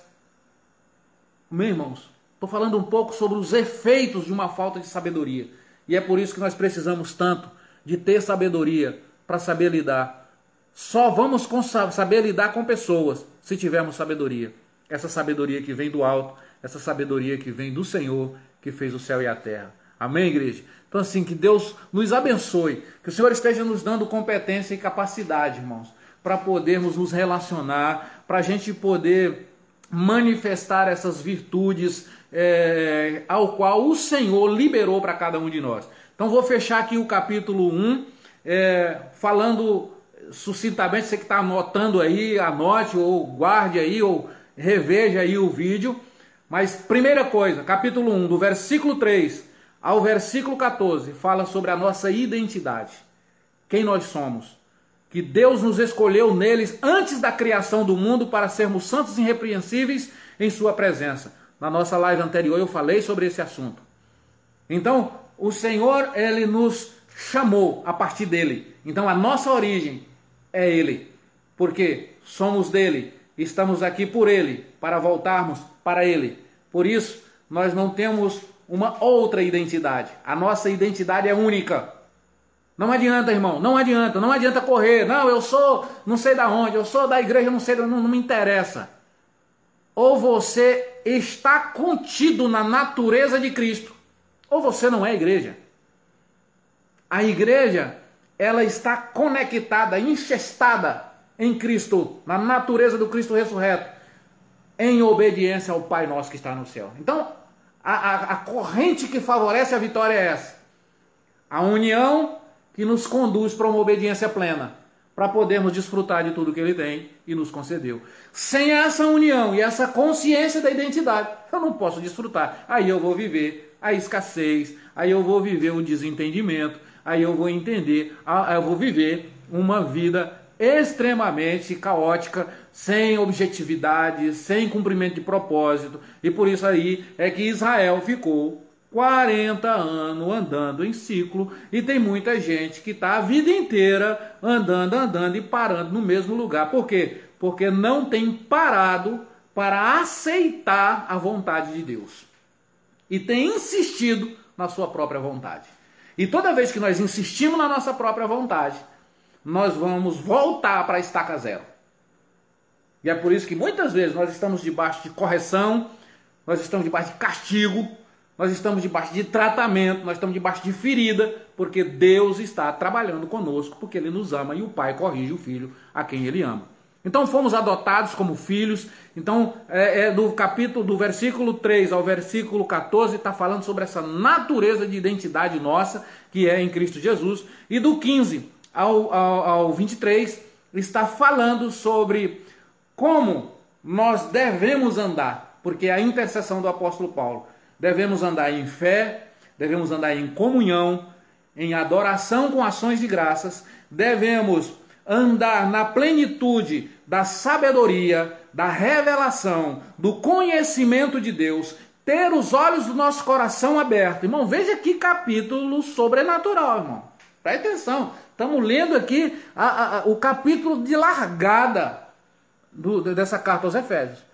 Meus irmãos, estou falando um pouco sobre os efeitos de uma falta de sabedoria. E é por isso que nós precisamos tanto de ter sabedoria para saber lidar. Só vamos saber lidar com pessoas se tivermos sabedoria. Essa sabedoria que vem do alto, essa sabedoria que vem do Senhor, que fez o céu e a terra. Amém, igreja? Então assim, que Deus nos abençoe, que o Senhor esteja nos dando competência e capacidade, irmãos, para podermos nos relacionar, para a gente poder manifestar essas virtudes é, ao qual o Senhor liberou para cada um de nós. Então vou fechar aqui o capítulo um, é, falando sucintamente, você que está anotando aí, anote ou guarde aí, ou reveja aí o vídeo. Mas primeira coisa, capítulo um, do versículo três ao versículo quatorze, fala sobre a nossa identidade. Quem nós somos. Que Deus nos escolheu neles antes da criação do mundo para sermos santos e irrepreensíveis em sua presença. Na nossa live anterior eu falei sobre esse assunto. Então, o Senhor, Ele nos chamou a partir dele. Então, a nossa origem é Ele. Porque somos dele, estamos aqui por Ele, para voltarmos para Ele. Por isso, nós não temos uma outra identidade. A nossa identidade é única. Não adianta, irmão, não adianta, não adianta correr. Não, eu sou não sei da onde, eu sou da igreja, não sei, não, não me interessa. Ou você está contido na natureza de Cristo, ou você não é igreja. A igreja, ela está conectada, enxestada em Cristo, na natureza do Cristo ressurreto, em obediência ao Pai nosso que está no céu. Então, a, a, a corrente que favorece a vitória é essa. A união que nos conduz para uma obediência plena, para podermos desfrutar de tudo que Ele tem e nos concedeu. Sem essa união e essa consciência da identidade, eu não posso desfrutar. Aí eu vou viver a escassez, aí eu vou viver o desentendimento, aí eu vou entender, eu vou viver uma vida extremamente caótica, sem objetividade, sem cumprimento de propósito. E por isso aí é que Israel ficou quarenta anos andando em ciclo, e tem muita gente que está a vida inteira andando, andando e parando no mesmo lugar. Por quê? Porque não tem parado para aceitar a vontade de Deus. E tem insistido na sua própria vontade. E toda vez que nós insistimos na nossa própria vontade, nós vamos voltar para a estaca zero. E é por isso que muitas vezes nós estamos debaixo de correção, nós estamos debaixo de castigo, nós estamos debaixo de tratamento, nós estamos debaixo de ferida, porque Deus está trabalhando conosco, porque Ele nos ama e o Pai corrige o Filho a quem Ele ama. Então fomos adotados como filhos. Então é, é do capítulo, do versículo três ao versículo quatorze, está falando sobre essa natureza de identidade nossa, que é em Cristo Jesus. E do quinze ao, ao, ao vinte e três, está falando sobre como nós devemos andar, porque é a intercessão do apóstolo Paulo. Devemos andar em fé, devemos andar em comunhão, em adoração com ações de graças, devemos andar na plenitude da sabedoria, da revelação, do conhecimento de Deus, ter os olhos do nosso coração abertos. Irmão, veja que capítulo sobrenatural, irmão. Presta atenção, estamos lendo aqui a, a, a, o capítulo de largada do, dessa carta aos Efésios.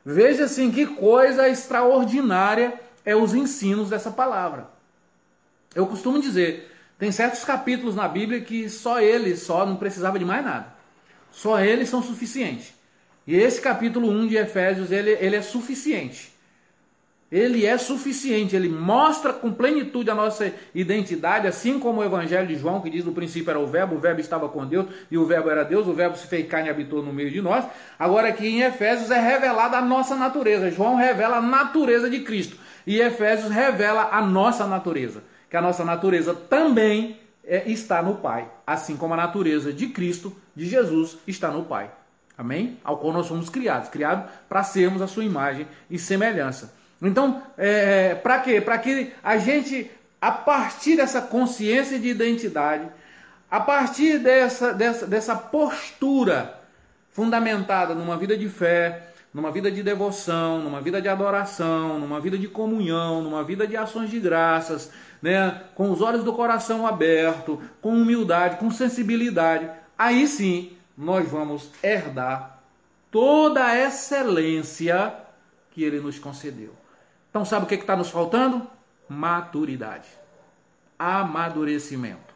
Veja assim que coisa extraordinária é os ensinos dessa palavra. Eu costumo dizer, tem certos capítulos na Bíblia que só eles, só não precisava de mais nada. Só eles são suficientes. E esse capítulo um de Efésios, ele, ele é suficiente. Ele é suficiente, ele mostra com plenitude a nossa identidade, assim como o Evangelho de João, que diz no princípio era o verbo, o verbo estava com Deus, e o verbo era Deus, o verbo se fez carne e habitou no meio de nós. Agora aqui em Efésios é revelada a nossa natureza. João revela a natureza de Cristo, e Efésios revela a nossa natureza, que a nossa natureza também é, está no Pai, assim como a natureza de Cristo, de Jesus, está no Pai. Amém? Ao qual nós somos criados, criados para sermos a sua imagem e semelhança. Então, é, para quê? Para que a gente, a partir dessa consciência de identidade, a partir dessa, dessa, dessa postura fundamentada numa vida de fé, numa vida de devoção, numa vida de adoração, numa vida de comunhão, numa vida de ações de graças, né, com os olhos do coração aberto, com humildade, com sensibilidade, aí sim nós vamos herdar toda a excelência que Ele nos concedeu. Então sabe o que está nos faltando? Maturidade, amadurecimento,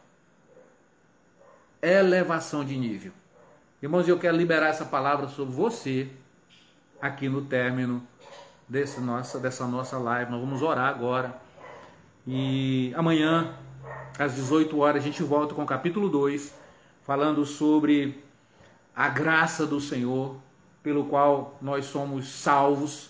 elevação de nível. Irmãos, eu quero liberar essa palavra sobre você aqui no término desse nossa, dessa nossa live. Nós vamos orar agora e amanhã às dezoito horas a gente volta com o capítulo dois, falando sobre a graça do Senhor, pelo qual nós somos salvos,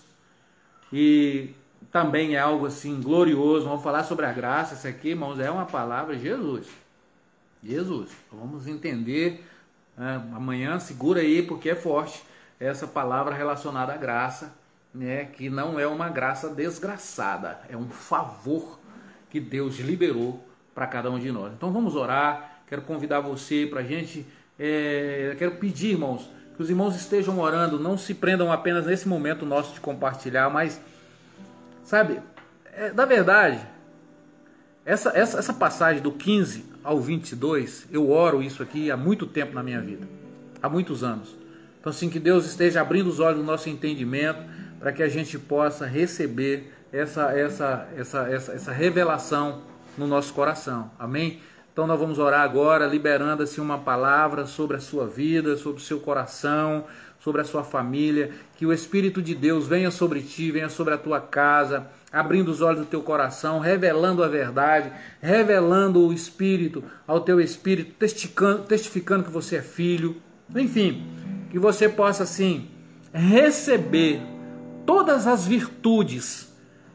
e também é algo assim glorioso. Vamos falar sobre a graça. Isso aqui, irmãos, é uma palavra de Jesus. Jesus, vamos entender, né? Amanhã segura aí, porque é forte essa palavra relacionada à graça, né? Que não é uma graça desgraçada, é um favor que Deus liberou para cada um de nós. Então vamos orar. Quero convidar você para a gente, é, quero pedir, irmãos, que os irmãos estejam orando, não se prendam apenas nesse momento nosso de compartilhar, mas, sabe, é, da verdade, essa, essa, essa passagem do quinze ao vinte e dois, eu oro isso aqui há muito tempo na minha vida, há muitos anos. Então, assim, que Deus esteja abrindo os olhos do nosso entendimento, para que a gente possa receber essa, essa, essa, essa, essa revelação no nosso coração, amém? Então nós vamos orar agora, liberando assim uma palavra sobre a sua vida, sobre o seu coração, sobre a sua família, que o Espírito de Deus venha sobre ti, venha sobre a tua casa, abrindo os olhos do teu coração, revelando a verdade, revelando o Espírito ao teu Espírito, testificando, testificando que você é filho, enfim, que você possa assim receber todas as virtudes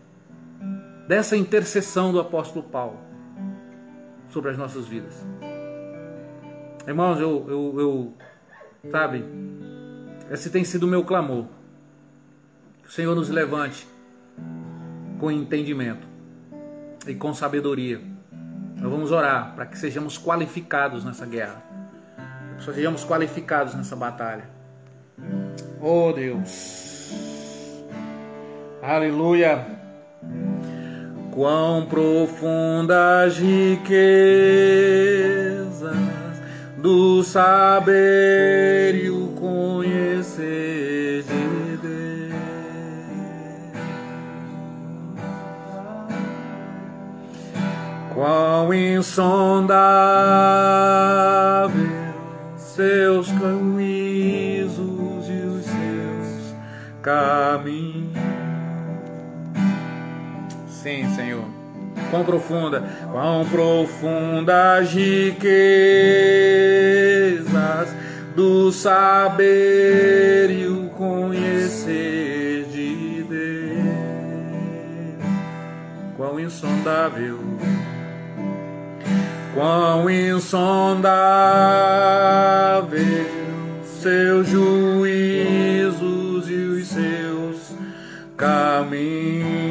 dessa intercessão do apóstolo Paulo sobre as nossas vidas. Irmãos, eu, eu, eu sabe, esse tem sido o meu clamor. Que o Senhor nos levante com entendimento e com sabedoria. Nós vamos orar para que sejamos qualificados nessa guerra, que sejamos qualificados nessa batalha. Oh Deus, aleluia. Quão profundas riquezas do saber e o conhecer de Deus. Quão insondável seus juízos e os seus caminhos. Sim, Senhor. Quão profunda, quão profundas riquezas do saber e o conhecer de Deus. Quão insondável, quão insondável seus juízos e os seus caminhos.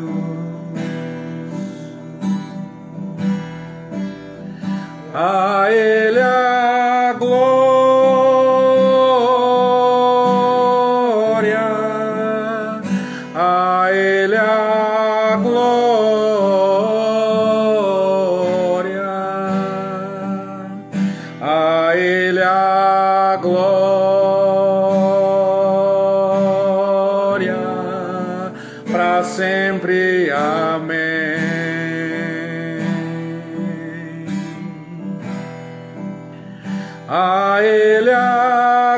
A Ele a glória, a Ele a glória, a Ele a glória, para sempre. Amém. A Ele a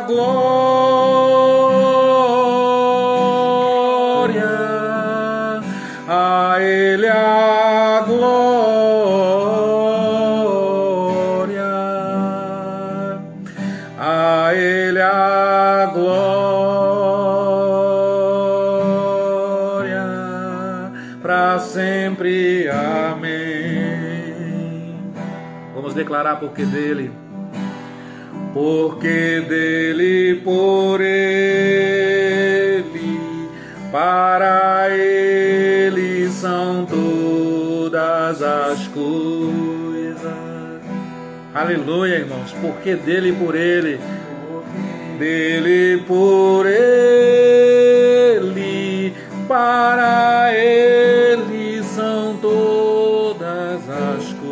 glória, a Ele a glória, a Ele a glória, para sempre. Amém. Vamos declarar porque dele. Porque dele, por ele, para ele são todas as coisas. Aleluia, irmãos. Porque dele, por ele, dele, por ele, para ele são todas as coisas.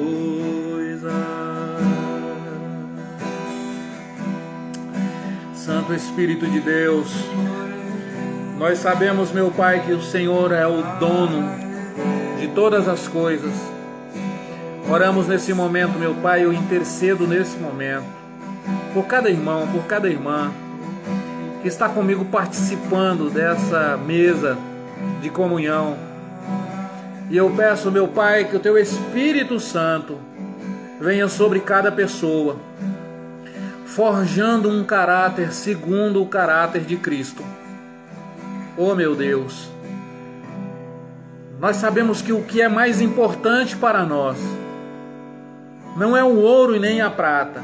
Santo Espírito de Deus, nós sabemos, meu Pai, que o Senhor é o dono de todas as coisas. Oramos nesse momento, meu Pai, eu intercedo nesse momento por cada irmão, por cada irmã que está comigo participando dessa mesa de comunhão. E eu peço, meu Pai, que o Teu Espírito Santo venha sobre cada pessoa, forjando um caráter segundo o caráter de Cristo. Oh, meu Deus, nós sabemos que o que é mais importante para nós não é o ouro e nem a prata,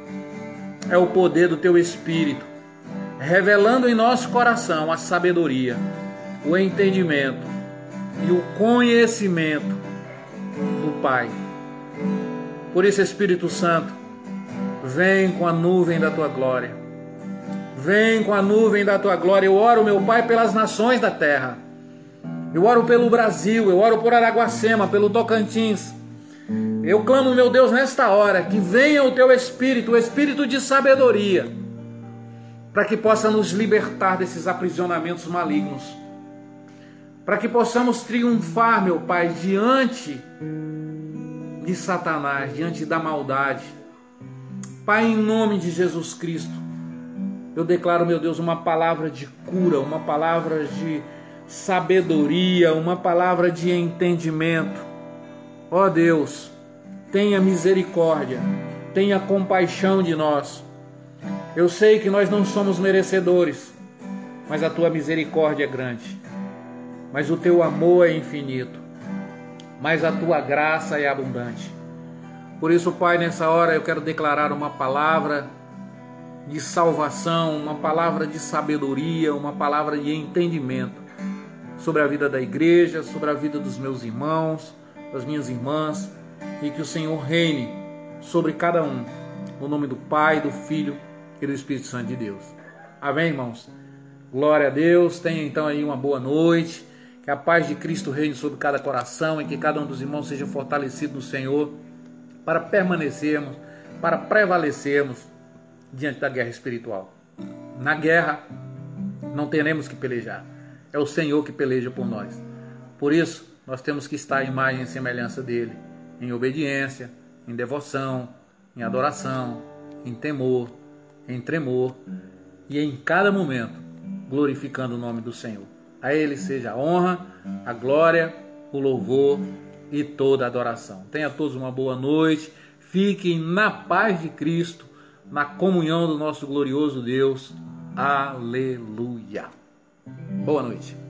é o poder do Teu Espírito, revelando em nosso coração a sabedoria, o entendimento e o conhecimento do Pai. Por isso, Espírito Santo, vem com a nuvem da Tua glória. Vem com a nuvem da Tua glória. Eu oro, meu Pai, pelas nações da terra. Eu oro pelo Brasil, eu oro por Araguacema, pelo Tocantins. Eu clamo, meu Deus, nesta hora, que venha o Teu Espírito, o Espírito de sabedoria, para que possa nos libertar desses aprisionamentos malignos, para que possamos triunfar, meu Pai, diante de Satanás, diante da maldade. Pai, em nome de Jesus Cristo, eu declaro, meu Deus, uma palavra de cura, uma palavra de sabedoria, uma palavra de entendimento. Ó Deus, tenha misericórdia, tenha compaixão de nós. Eu sei que nós não somos merecedores, mas a Tua misericórdia é grande, mas o Teu amor é infinito, mas a Tua graça é abundante. Por isso, Pai, nessa hora eu quero declarar uma palavra de salvação, uma palavra de sabedoria, uma palavra de entendimento sobre a vida da igreja, sobre a vida dos meus irmãos, das minhas irmãs, e que o Senhor reine sobre cada um, no nome do Pai, do Filho e do Espírito Santo de Deus. Amém, irmãos? Glória a Deus. Tenha então aí uma boa noite, que a paz de Cristo reine sobre cada coração e que cada um dos irmãos seja fortalecido no Senhor, para permanecermos, para prevalecermos diante da guerra espiritual. Na guerra, não teremos que pelejar. É o Senhor que peleja por nós. Por isso, nós temos que estar em imagem e semelhança dEle, em obediência, em devoção, em adoração, em temor, em tremor e em cada momento, glorificando o nome do Senhor. A Ele seja a honra, a glória, o louvor e toda a adoração. Tenha todos uma boa noite, fiquem na paz de Cristo, na comunhão do nosso glorioso Deus. Aleluia. Boa noite.